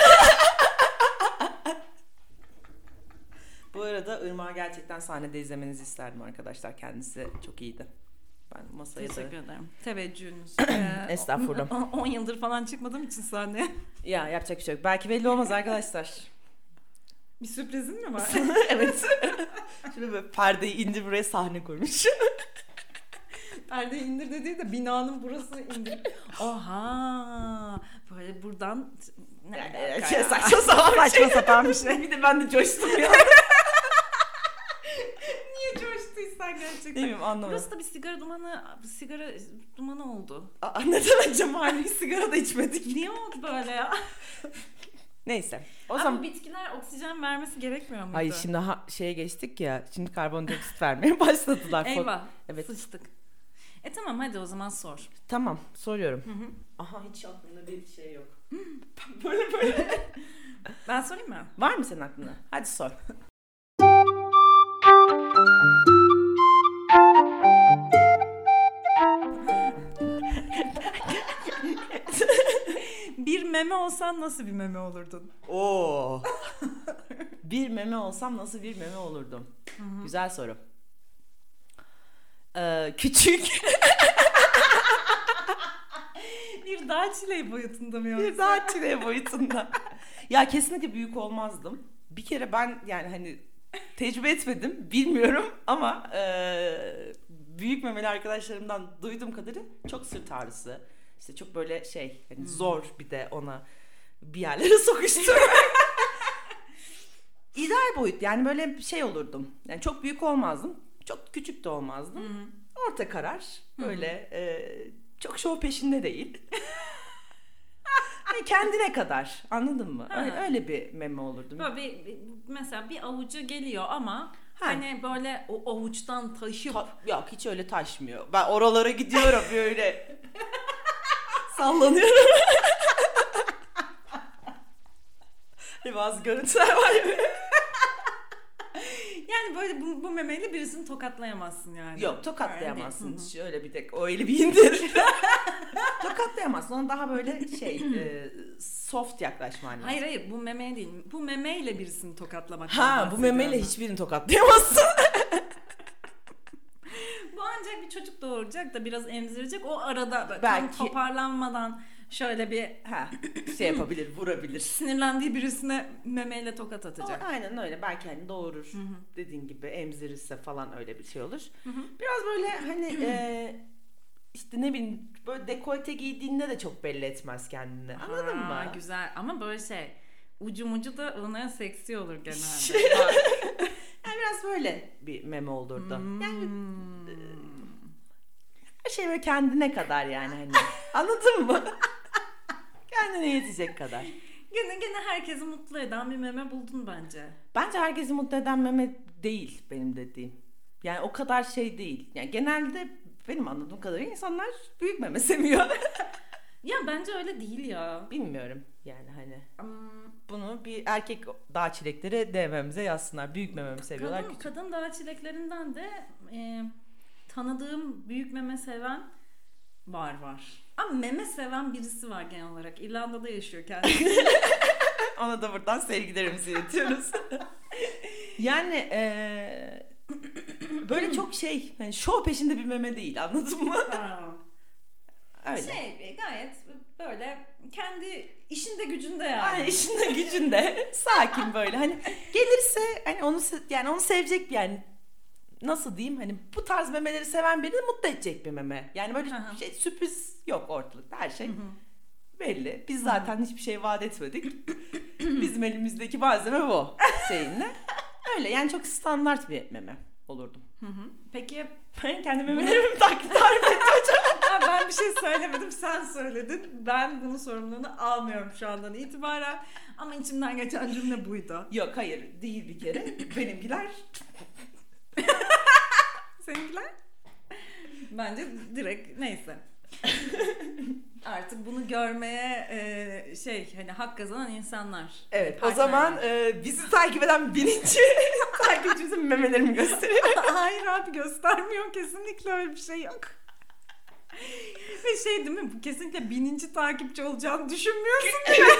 Speaker 1: Bu arada Irmak'ı gerçekten sahnede izlemenizi isterdim arkadaşlar. Kendisi çok iyiydi. Ben masaya
Speaker 2: Teşekkür ederim. Teveccühünüz.
Speaker 1: Estağfurullah.
Speaker 2: 10 yıldır falan çıkmadığım için sahneye.
Speaker 1: Ya yapacak bir şey yok. Belki belli olmaz arkadaşlar.
Speaker 2: Bir sürprizin mi var?
Speaker 1: Evet. Şimdi böyle perdeyi indir buraya sahne koymuş.
Speaker 2: Perdeyi indir dediği de binanın burası indir. Oha. Böyle buradan
Speaker 1: saçma sapan bir şey. Bir de ben de coştum ya.
Speaker 2: Niye coştuysan gerçekten.
Speaker 1: Değil mi? Anlamadım.
Speaker 2: Burası da bir sigara dumanı oldu.
Speaker 1: Neden acaba halbuki sigara da içmedik.
Speaker 2: Niye oldu böyle ya?
Speaker 1: Neyse.
Speaker 2: O zaman bitkiler oksijen vermesi gerekmiyor muydu?
Speaker 1: Hayır şimdi şeye geçtik ya. Şimdi karbondioksit vermeye başladılar.
Speaker 2: Eyvah.
Speaker 1: Evet.
Speaker 2: Sıçtık. Tamam hadi o zaman sor.
Speaker 1: Tamam soruyorum. Aha hiç aklımda bir şey yok. böyle.
Speaker 2: Ben sorayım mı?
Speaker 1: Var mı senin aklında? Hadi sor.
Speaker 2: Bir meme olsan nasıl bir meme olurdun?
Speaker 1: Oo. Bir meme olsam nasıl bir meme olurdum? Güzel soru. Küçük.
Speaker 2: Bir dağ çileği boyutunda mı yoksa?
Speaker 1: Bir dağ çileği boyutunda. Ya kesinlikle büyük olmazdım. Bir kere ben yani hani tecrübe etmedim, bilmiyorum ama büyük memeli arkadaşlarımdan duyduğum kadarıyla çok sırt ağrısı. İşte çok böyle hani zor bir de ona bir yerlere sokuşturmak. İdeal boyut yani böyle olurdum. Yani çok büyük olmazdım, çok küçük de olmazdım. Orta karar böyle çok şov peşinde değil. Hani kendine kadar anladın mı? Öyle bir meme olurdum.
Speaker 2: Böyle mesela bir avucu geliyor ama hani böyle o avuçtan taşıp
Speaker 1: yok hiç öyle taşmıyor. Ben oralara gidiyorum böyle. Sallanıyorum. Bazı görüntüler var ya.
Speaker 2: Yani böyle bu memeyle birisini tokatlayamazsın yani.
Speaker 1: Yok tokatlayamazsın. Şöyle bir tek öyle bir indir. Tokatlayamazsın. Ona daha böyle soft yaklaşman lazım.
Speaker 2: Hayır bu meme değil. Bu memeyle birisini tokatlamak.
Speaker 1: Bu memeyle hiçbirini tokatlayamazsın.
Speaker 2: Bu ancak bir çocuk doğuracak da biraz emzirecek. O arada
Speaker 1: belki
Speaker 2: tam toparlanmadan şöyle bir
Speaker 1: yapabilir, vurabilir.
Speaker 2: Sinirlendiği birisine memeyle tokat atacak.
Speaker 1: Aynen öyle. Belki hani doğurur. Dediğin gibi emzirirse falan öyle bir şey olur. Biraz böyle hani işte ne bileyim böyle dekolte giydiğinde de çok belli etmez kendini. Anladın mı?
Speaker 2: Güzel ama böyle ucu da ona seksi olur genelde.
Speaker 1: Yani biraz böyle bir meme olurdu. Yani her şey böyle kendine kadar yani hani. Anladın mı? Kendine yetecek kadar.
Speaker 2: Gene herkesi mutlu eden bir meme buldun bence.
Speaker 1: Bence herkesi mutlu eden meme değil benim dediğim. Yani o kadar değil. Yani genelde benim anladığım kadarıyla insanlar büyük meme seviyor.
Speaker 2: Ya bence öyle değil ya.
Speaker 1: Bilmiyorum yani hani. Bunu bir erkek dağ çilekleri DM'mize yazsınlar. Büyük meme mi seviyorlar?
Speaker 2: Kadın dağ çileklerinden de tanıdığım büyük meme seven var. Ama meme seven birisi var genel olarak. İrlanda'da yaşıyor kendisi.
Speaker 1: Ona da buradan sevgilerimizi iletiyoruz. Yani böyle çok hani şov peşinde bir meme değil, anladın mı?
Speaker 2: Öyle. Gayet böyle kendi işinde gücünde yani.
Speaker 1: Aynen, işinde gücünde sakin böyle hani gelirse hani onu sevecek bir, yani nasıl diyeyim, hani bu tarz memeleri seven birini mutlu edecek bir meme. Yani böyle sürpriz yok ortalıkta, her şey belli. Biz zaten hiçbir şey vaat etmedik. Bizim elimizdeki malzeme bu şeyinle. Öyle yani çok standart bir meme olurdum.
Speaker 2: Peki
Speaker 1: ben kendi memelerimi tarif ettim hocam.
Speaker 2: Ben bir şey söylemedim, sen söyledin. Ben bunun sorumluluğunu almıyorum şu andan itibaren. Ama içimden geçen cümle buydu.
Speaker 1: Yok hayır değil bir kere. Benimkiler.
Speaker 2: Seninkiler? Bence direkt neyse. Artık bunu görmeye hani hak kazanan insanlar.
Speaker 1: Evet, o zaman bizi takip eden birinci takipçimizin memelerimi gösteriyor.
Speaker 2: Hayır abi, göstermiyor, kesinlikle öyle bir şey yok. Ve değil mi, bu kesinlikle bininci takipçi olacağını düşünmüyorsun.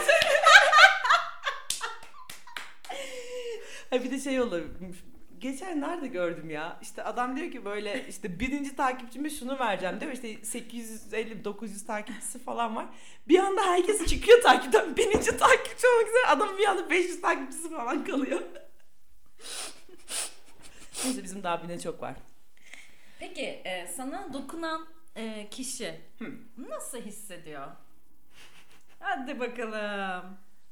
Speaker 1: Bir de olabilir. Geçen nerede gördüm ya? İşte adam diyor ki böyle işte birinci takipçime şunu vereceğim diyor. İşte 850-900 takipçisi falan var. Bir anda herkes çıkıyor takipten. Birinci takipçi olmak üzere adam bir anda 500 takipçisi falan kalıyor. Neyse bizim daha bine çok var.
Speaker 2: Peki sana dokunan kişi nasıl hissediyor? Hadi bakalım.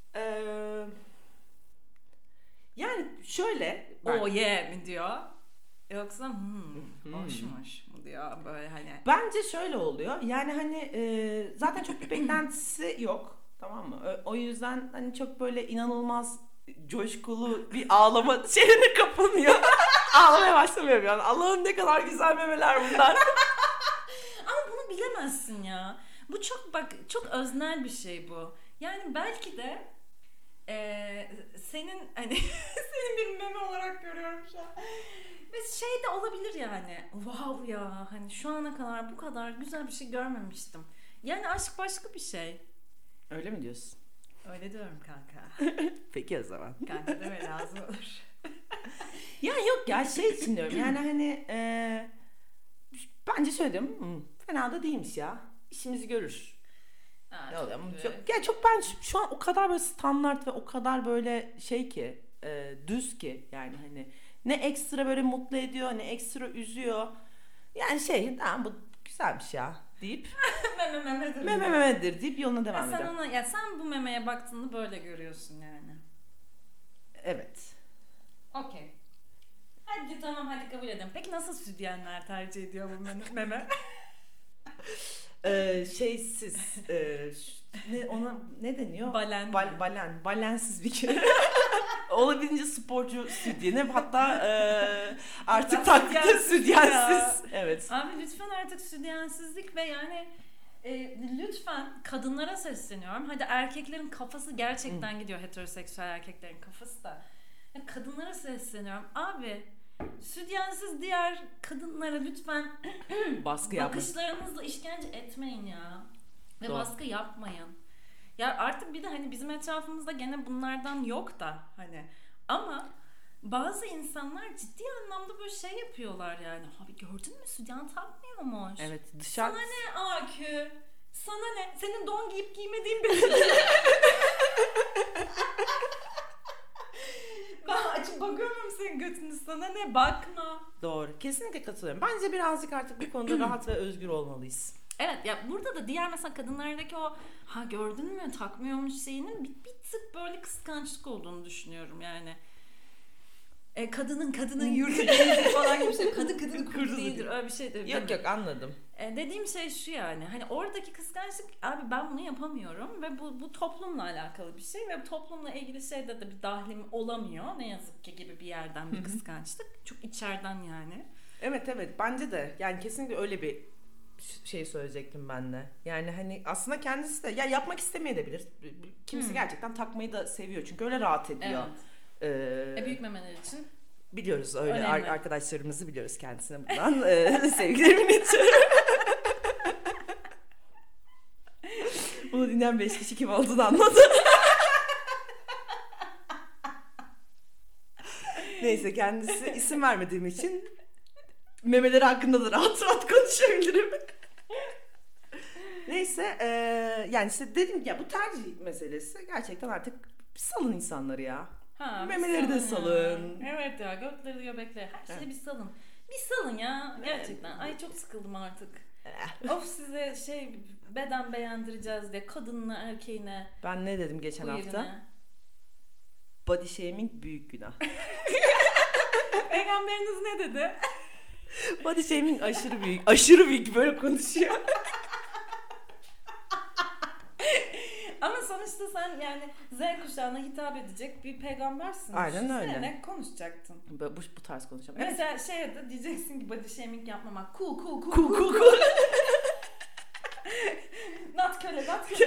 Speaker 1: Yani şöyle.
Speaker 2: Oh yeah mi diyor? Yoksa hoşmuş mu diyor böyle hani.
Speaker 1: Bence şöyle oluyor. Yani hani zaten çok bir beklentisi yok. Tamam mı? O yüzden hani çok böyle inanılmaz coşkulu bir ağlama şeyine kapanıyor. Ağlamaya başlamıyor yani. Allah'ım ne kadar güzel memeler bunlar.
Speaker 2: Ama bunu bilemezsin ya. Bu çok öznel bir şey bu. Yani belki de senin hani senin bir meme olarak görüyorum şu an. Ve de olabilir yani. Wow ya, hani şu ana kadar bu kadar güzel bir şey görmemiştim. Yani aşk başka bir şey.
Speaker 1: Öyle mi diyorsun?
Speaker 2: Öyle diyorum kanka.
Speaker 1: Peki o zaman.
Speaker 2: Kanka deme, lazım olur.
Speaker 1: Ya yok ya için diyorum yani hani bence şöyle diyorum, fena da değilmiş ya. İşimizi görür. Ne oluyor? Çok ben şu an o kadar böyle standart ve o kadar böyle ki düz ki yani hani ne ekstra böyle mutlu ediyor ne ekstra üzüyor. Yani tamam bu güzelmiş ya deyip memedir deyip yoluna devam ediyor.
Speaker 2: Sen bu memeye baktığında böyle görüyorsun yani.
Speaker 1: Evet.
Speaker 2: Okey. Hadi tamam, hadi kabul edelim. Peki nasıl sütyenler tercih ediyor bu meme?
Speaker 1: Şeysiz ona ne deniyor?
Speaker 2: Balen.
Speaker 1: Balensiz bir kere. Olabildiğince sporcu sütyeni, hatta artık taktığı sütyensiz. Evet.
Speaker 2: Abi lütfen artık sütyensizlik ve yani lütfen kadınlara sesleniyorum. Hadi erkeklerin kafası gerçekten gidiyor, heteroseksüel erkeklerin kafası da. Ya kadınlara sesleniyorum. Abi sütyensiz diğer kadınlara lütfen
Speaker 1: baskı yapmayın.
Speaker 2: Bakışlarınızla işkence etmeyin ya. Ve
Speaker 1: Doğru.
Speaker 2: Baskı yapmayın. Ya artık bir de hani bizim etrafımızda gene bunlardan yok da hani, ama bazı insanlar ciddi anlamda böyle yapıyorlar yani. Abi gördün mü, sütyen takmıyormuş.
Speaker 1: Evet, dışarı.
Speaker 2: Sana ne Akü? Sana ne? Senin don giyip giymediğin belli. Ben açıp bakıyorum senin götünü, sana ne, bakma.
Speaker 1: Doğru. Kesinlikle katılıyorum. Bence birazcık artık bu konuda rahat ve özgür olmalıyız.
Speaker 2: Evet ya, burada da diğer mesela kadınlardaki o gördün mü takmıyormuş şeyinin bir tık böyle kıskançlık olduğunu düşünüyorum yani. Kadının yurdu değildir falan gibi şey. Kadının kurdu değildir, öyle bir şey de.
Speaker 1: Yok anladım.
Speaker 2: Dediğim şey şu yani, hani oradaki kıskançlık, abi ben bunu yapamıyorum ve bu toplumla alakalı bir şey ve toplumla ilgili şeyde de bir dahlim olamıyor ne yazık ki gibi bir yerden bir kıskançlık. Çok içeriden yani.
Speaker 1: Evet bence de yani kesinlikle öyle bir şey söyleyecektim ben de. Yani hani aslında kendisi de ya yapmak istemeyebilir. Kimisi gerçekten takmayı da seviyor. Çünkü öyle rahat ediyor.
Speaker 2: Evet. Büyük memeler için
Speaker 1: biliyoruz öyle
Speaker 2: önemli.
Speaker 1: Arkadaşlarımızı biliyoruz kendisine buradan. Sevgilerimi iletiyorum. Bunu dinleyen 5 kişi kim olduğunu anladı. Neyse, kendisi isim vermediğim için memeleri hakkında da rahat rahat konuşabilirim. Neyse yani işte dedim ya, bu tercih meselesi gerçekten artık salın insanları ya. Memeleri de salın.
Speaker 2: Evet ya, götleri göbekleri her şeyi bir salın. Bir salın ya gerçekten. Ay çok sıkıldım artık. Of size beden beğendireceğiz diye kadınına erkeğine.
Speaker 1: Ben ne dedim geçen hafta? Body shaming büyük günah.
Speaker 2: Peygamberiniz ne dedi?
Speaker 1: Body shaming aşırı büyük. Aşırı büyük, böyle konuşuyor.
Speaker 2: Ama sonuçta sen yani Z kuşağına hitap edecek bir peygambersin.
Speaker 1: Aynen öyle.
Speaker 2: Seninle konuşacaktın.
Speaker 1: Bu tarz konuşacağım.
Speaker 2: Mesela de diyeceksin ki body shaming yapmamak. Cool. Not köle.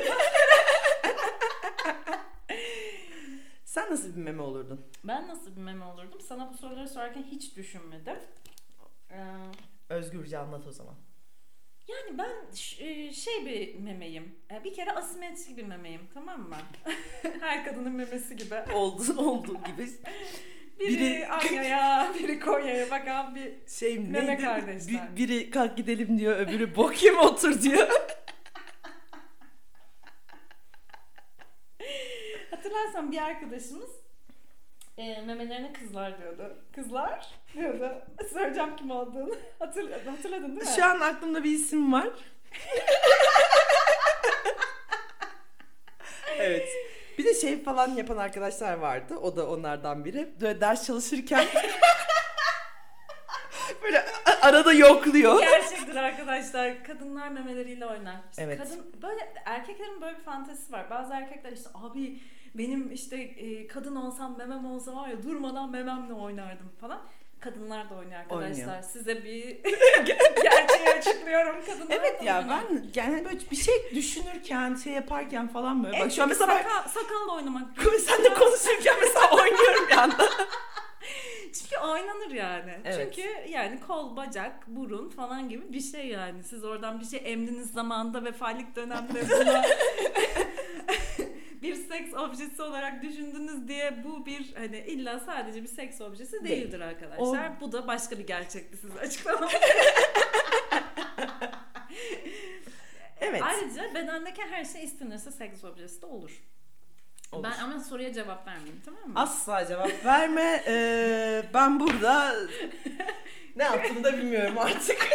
Speaker 1: Sen nasıl bir meme olurdun?
Speaker 2: Ben nasıl bir meme olurdum? Sana bu soruları sorarken hiç düşünmedim.
Speaker 1: Özgürce anlat o zaman.
Speaker 2: Yani ben bir memeyim. Bir kere asimetrik bir memeyim, tamam mı? Her kadının memesi gibi.
Speaker 1: Olduğu gibi.
Speaker 2: Biri Anya'ya, biri Konya'ya bakan bir meme
Speaker 1: neydi?
Speaker 2: kardeşler.
Speaker 1: Biri kalk gidelim diyor, öbürü bok yeme otur diyor.
Speaker 2: Hatırlarsan bir arkadaşımız memelerine kızlar diyordu. Kızlar diyordu. Söyleyeceğim kim olduğunu. Hatırladın değil mi?
Speaker 1: Şu an aklımda bir isim var. Evet. Bir de falan yapan arkadaşlar vardı. O da onlardan biri. Böyle ders çalışırken böyle arada yokluyor.
Speaker 2: Gerçektir arkadaşlar. Kadınlar memeleriyle oynar. İşte
Speaker 1: evet.
Speaker 2: Erkeklerin böyle bir fantezisi var. Bazı erkekler abi benim kadın olsam, memem olsa var ya, durmadan mememle oynardım falan. Kadınlar da oynuyor arkadaşlar. Oynuyor. Size bir gerçeği açıklıyorum. Kadınlar
Speaker 1: evet ya oynuyor. Ben yani böyle bir şey düşünürken, yaparken falan böyle. Bak şu an mesela
Speaker 2: sakalla oynamak.
Speaker 1: Sen de konuşurken mesela oynuyorum bir anda.
Speaker 2: Çünkü oynanır yani.
Speaker 1: Evet.
Speaker 2: Çünkü yani kol, bacak, burun falan gibi bir şey yani. Siz oradan bir şey emdiniz zamanında ve fallik dönemde buna bir seks objesi olarak düşündünüz diye bu bir illa sadece bir seks objesi değildir arkadaşlar. Bu da başka bir gerçekti size açıklamam.
Speaker 1: Evet.
Speaker 2: Ayrıca bedendeki her şey istenirse seks objesi de olur. Ben ama soruya cevap vermeyeyim, tamam mı?
Speaker 1: Asla cevap verme. Ben burada ne yaptığımı da bilmiyorum artık.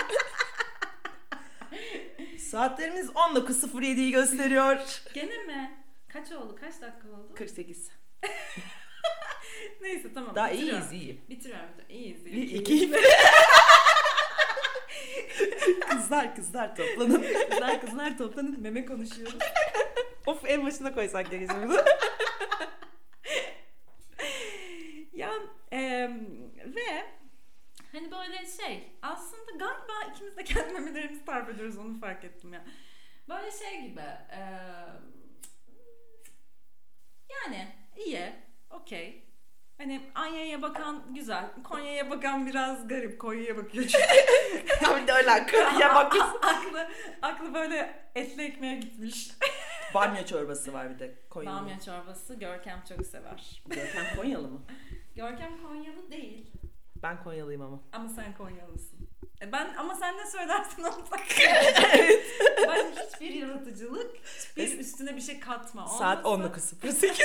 Speaker 1: Saatlerimiz 19.07'yi gösteriyor.
Speaker 2: Gene mi? Kaç oldu? Kaç dakika oldu?
Speaker 1: 48.
Speaker 2: Neyse tamam.
Speaker 1: Daha iyiyiz, iyi.
Speaker 2: Bitiriyorum. İyiyiz.
Speaker 1: İyi. Kızlar toplanın.
Speaker 2: Kızlar toplanın. Meme konuşuyoruz.
Speaker 1: Of, en başına koysak gerisini.
Speaker 2: Ya ve hani böyle aslında galiba ikimiz de kendi memelerimizi tarif ediyoruz, onu fark ettim ya. Böyle gibi yani iyi, okey. Hani Anya'ya bakan güzel, Konya'ya bakan biraz garip, Konya'ya bakıyor çünkü.
Speaker 1: Ya bir de öyle Konya'ya bakıyorsun.
Speaker 2: Aklı böyle etli ekmeğe gitmiş.
Speaker 1: Bamya çorbası var bir de Konyalı.
Speaker 2: Bamya çorbası Görkem çok sever.
Speaker 1: Görkem Konyalı mı?
Speaker 2: Görkem Konyalı değil.
Speaker 1: Ben Konyalıyım ama.
Speaker 2: Ama sen Konyalısın. Ama sen ne söylersin olsak.
Speaker 1: Evet.
Speaker 2: Ben hiçbir yaratıcılık, hiçbir üstüne bir şey katma.
Speaker 1: Saat 19.08.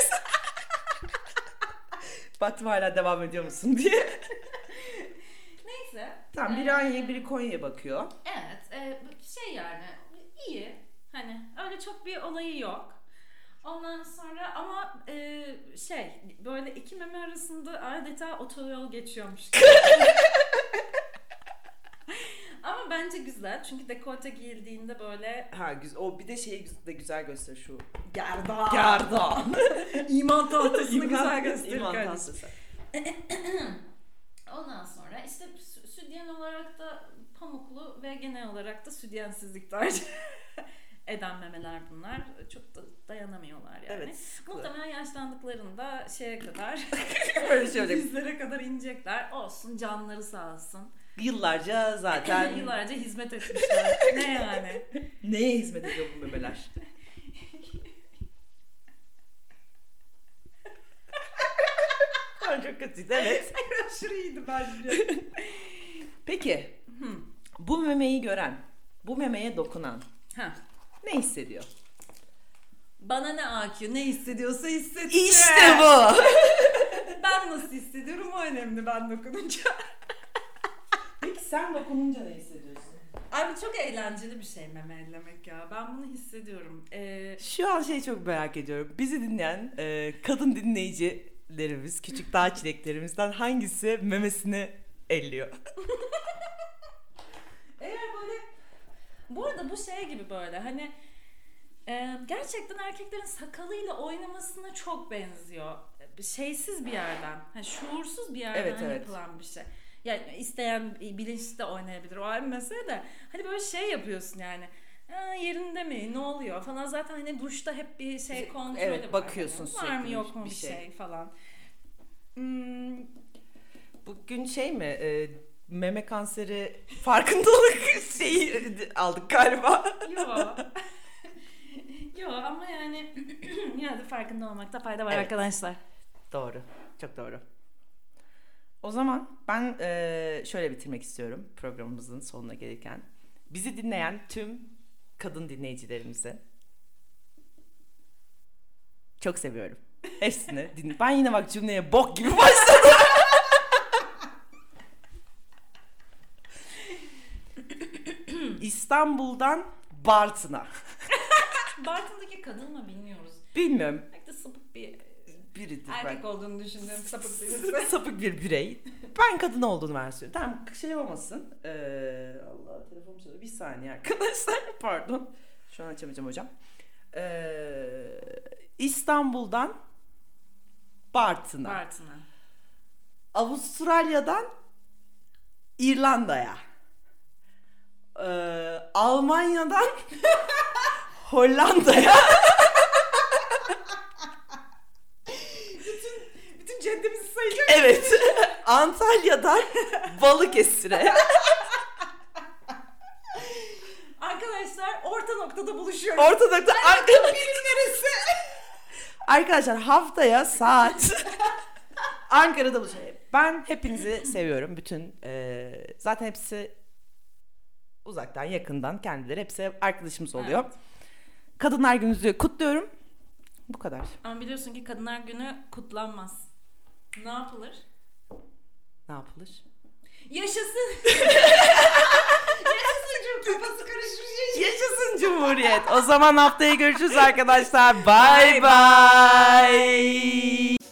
Speaker 1: Baktım hala devam ediyor musun diye.
Speaker 2: Neyse.
Speaker 1: Tamam, biri Anya'ya biri Konya'ya bakıyor.
Speaker 2: Evet. Yani iyi. Hani öyle çok bir olayı yok. Ondan sonra ama böyle iki meme arasında adeta otoyol geçiyormuş. Ama bence güzel çünkü dekolte giyildiğinde böyle
Speaker 1: o bir de de güzel gösterir şu
Speaker 2: gerdan. İman tahtasını güzel gösterir.
Speaker 1: İman tahtası.
Speaker 2: Ondan sonra işte sütyen olarak da pamuklu ve genel olarak da sütyensizlik tercih eden memeler bunlar. Çok da dayanamıyorlar yani.
Speaker 1: Evet.
Speaker 2: Muhtemelen yaşlandıklarında şeye kadar
Speaker 1: Öyle şöyle.
Speaker 2: dizlere kadar inecekler. Olsun, canları sağ olsun.
Speaker 1: Yıllarca zaten.
Speaker 2: Yıllarca hizmet etmişler. Ne yani?
Speaker 1: Neye hizmet ediyor bu memeler? Çok kötüydü, evet.
Speaker 2: Aşırı iyiydi bence.
Speaker 1: Peki, bu memeyi gören, bu memeye dokunan
Speaker 2: Ha.
Speaker 1: ne hissediyor?
Speaker 2: Bana ne AQ, ne hissediyorsa hissetsin.
Speaker 1: İşte bu.
Speaker 2: Ben nasıl hissediyorum o önemli, ben dokununca.
Speaker 1: Peki sen dokununca ne hissediyorsun?
Speaker 2: Abi çok eğlenceli bir şey meme ellemek ya. Ben bunu hissediyorum.
Speaker 1: Şu an çok merak ediyorum. Bizi dinleyen kadın dinleyicilerimiz, küçük dağ çileklerimizden hangisi memesini elliyor?
Speaker 2: Eğer böyle... Bu arada bu şey gibi böyle hani... gerçekten erkeklerin sakalıyla oynamasına çok benziyor. Şeysiz bir yerden, şuursuz bir yerden yapılan bir şey. Yani isteyen bilinçli de oynayabilir, o ayrı mesele de. Hani böyle şey yapıyorsun yani. Yerinde mi? Ne oluyor falan. Zaten hani duşta hep bir şey kontrolü
Speaker 1: evet,
Speaker 2: var.
Speaker 1: bakıyorsun
Speaker 2: Var mı
Speaker 1: sürekli
Speaker 2: yok mu
Speaker 1: bir
Speaker 2: bir
Speaker 1: şey.
Speaker 2: şey falan.
Speaker 1: Bugün mi? Meme kanseri farkındalık aldık galiba.
Speaker 2: Yok. Yok ama yani yine de farkında olmakta fayda var arkadaşlar.
Speaker 1: Doğru. Çok doğru. O zaman ben şöyle bitirmek istiyorum programımızın sonuna gelirken. Bizi dinleyen tüm kadın dinleyicilerimize çok seviyorum. Hepsini dinle. Ben yine bak cümleye bok gibi başladım. İstanbul'dan Bartın'a.
Speaker 2: Bartın'daki kadın mı bilmiyoruz.
Speaker 1: Bilmiyorum.
Speaker 2: Belki de sapık bir
Speaker 1: Biridir
Speaker 2: erkek
Speaker 1: ben.
Speaker 2: olduğunu düşündüğüm sapık birisi.
Speaker 1: Sapık bir birey. Ben kadın olduğunu versiyorum. Tamam, şey olmasın. Allah, telefonum çalıyor. Bir saniye arkadaşlar. Pardon. Şu an açamayacağım hocam. İstanbul'dan Bartın'a.
Speaker 2: Bartın'a.
Speaker 1: Avustralya'dan İrlanda'ya. Almanya'dan Hollanda'ya.
Speaker 2: Bütün ceddimizi sayacak.
Speaker 1: Evet. Antalya'dan Balıkesir'e.
Speaker 2: Arkadaşlar orta noktada buluşuyoruz.
Speaker 1: Orta nokta.
Speaker 2: Birim neresi?
Speaker 1: Arkadaşlar haftaya saat Ankara'da buluşalım. Ben hepinizi seviyorum. Bütün zaten hepsi uzaktan yakından kendileri hepsi arkadaşımız oluyor.
Speaker 2: Evet.
Speaker 1: Kadınlar Günü'nüzü kutluyorum. Bu kadar.
Speaker 2: Ama biliyorsun ki Kadınlar Günü kutlanmaz. Ne yapılır?
Speaker 1: Ne yapılır?
Speaker 2: Yaşasın. Kafası karışmış.
Speaker 1: Yaşasın Cumhuriyet. O zaman haftaya görüşürüz arkadaşlar. Bye bye.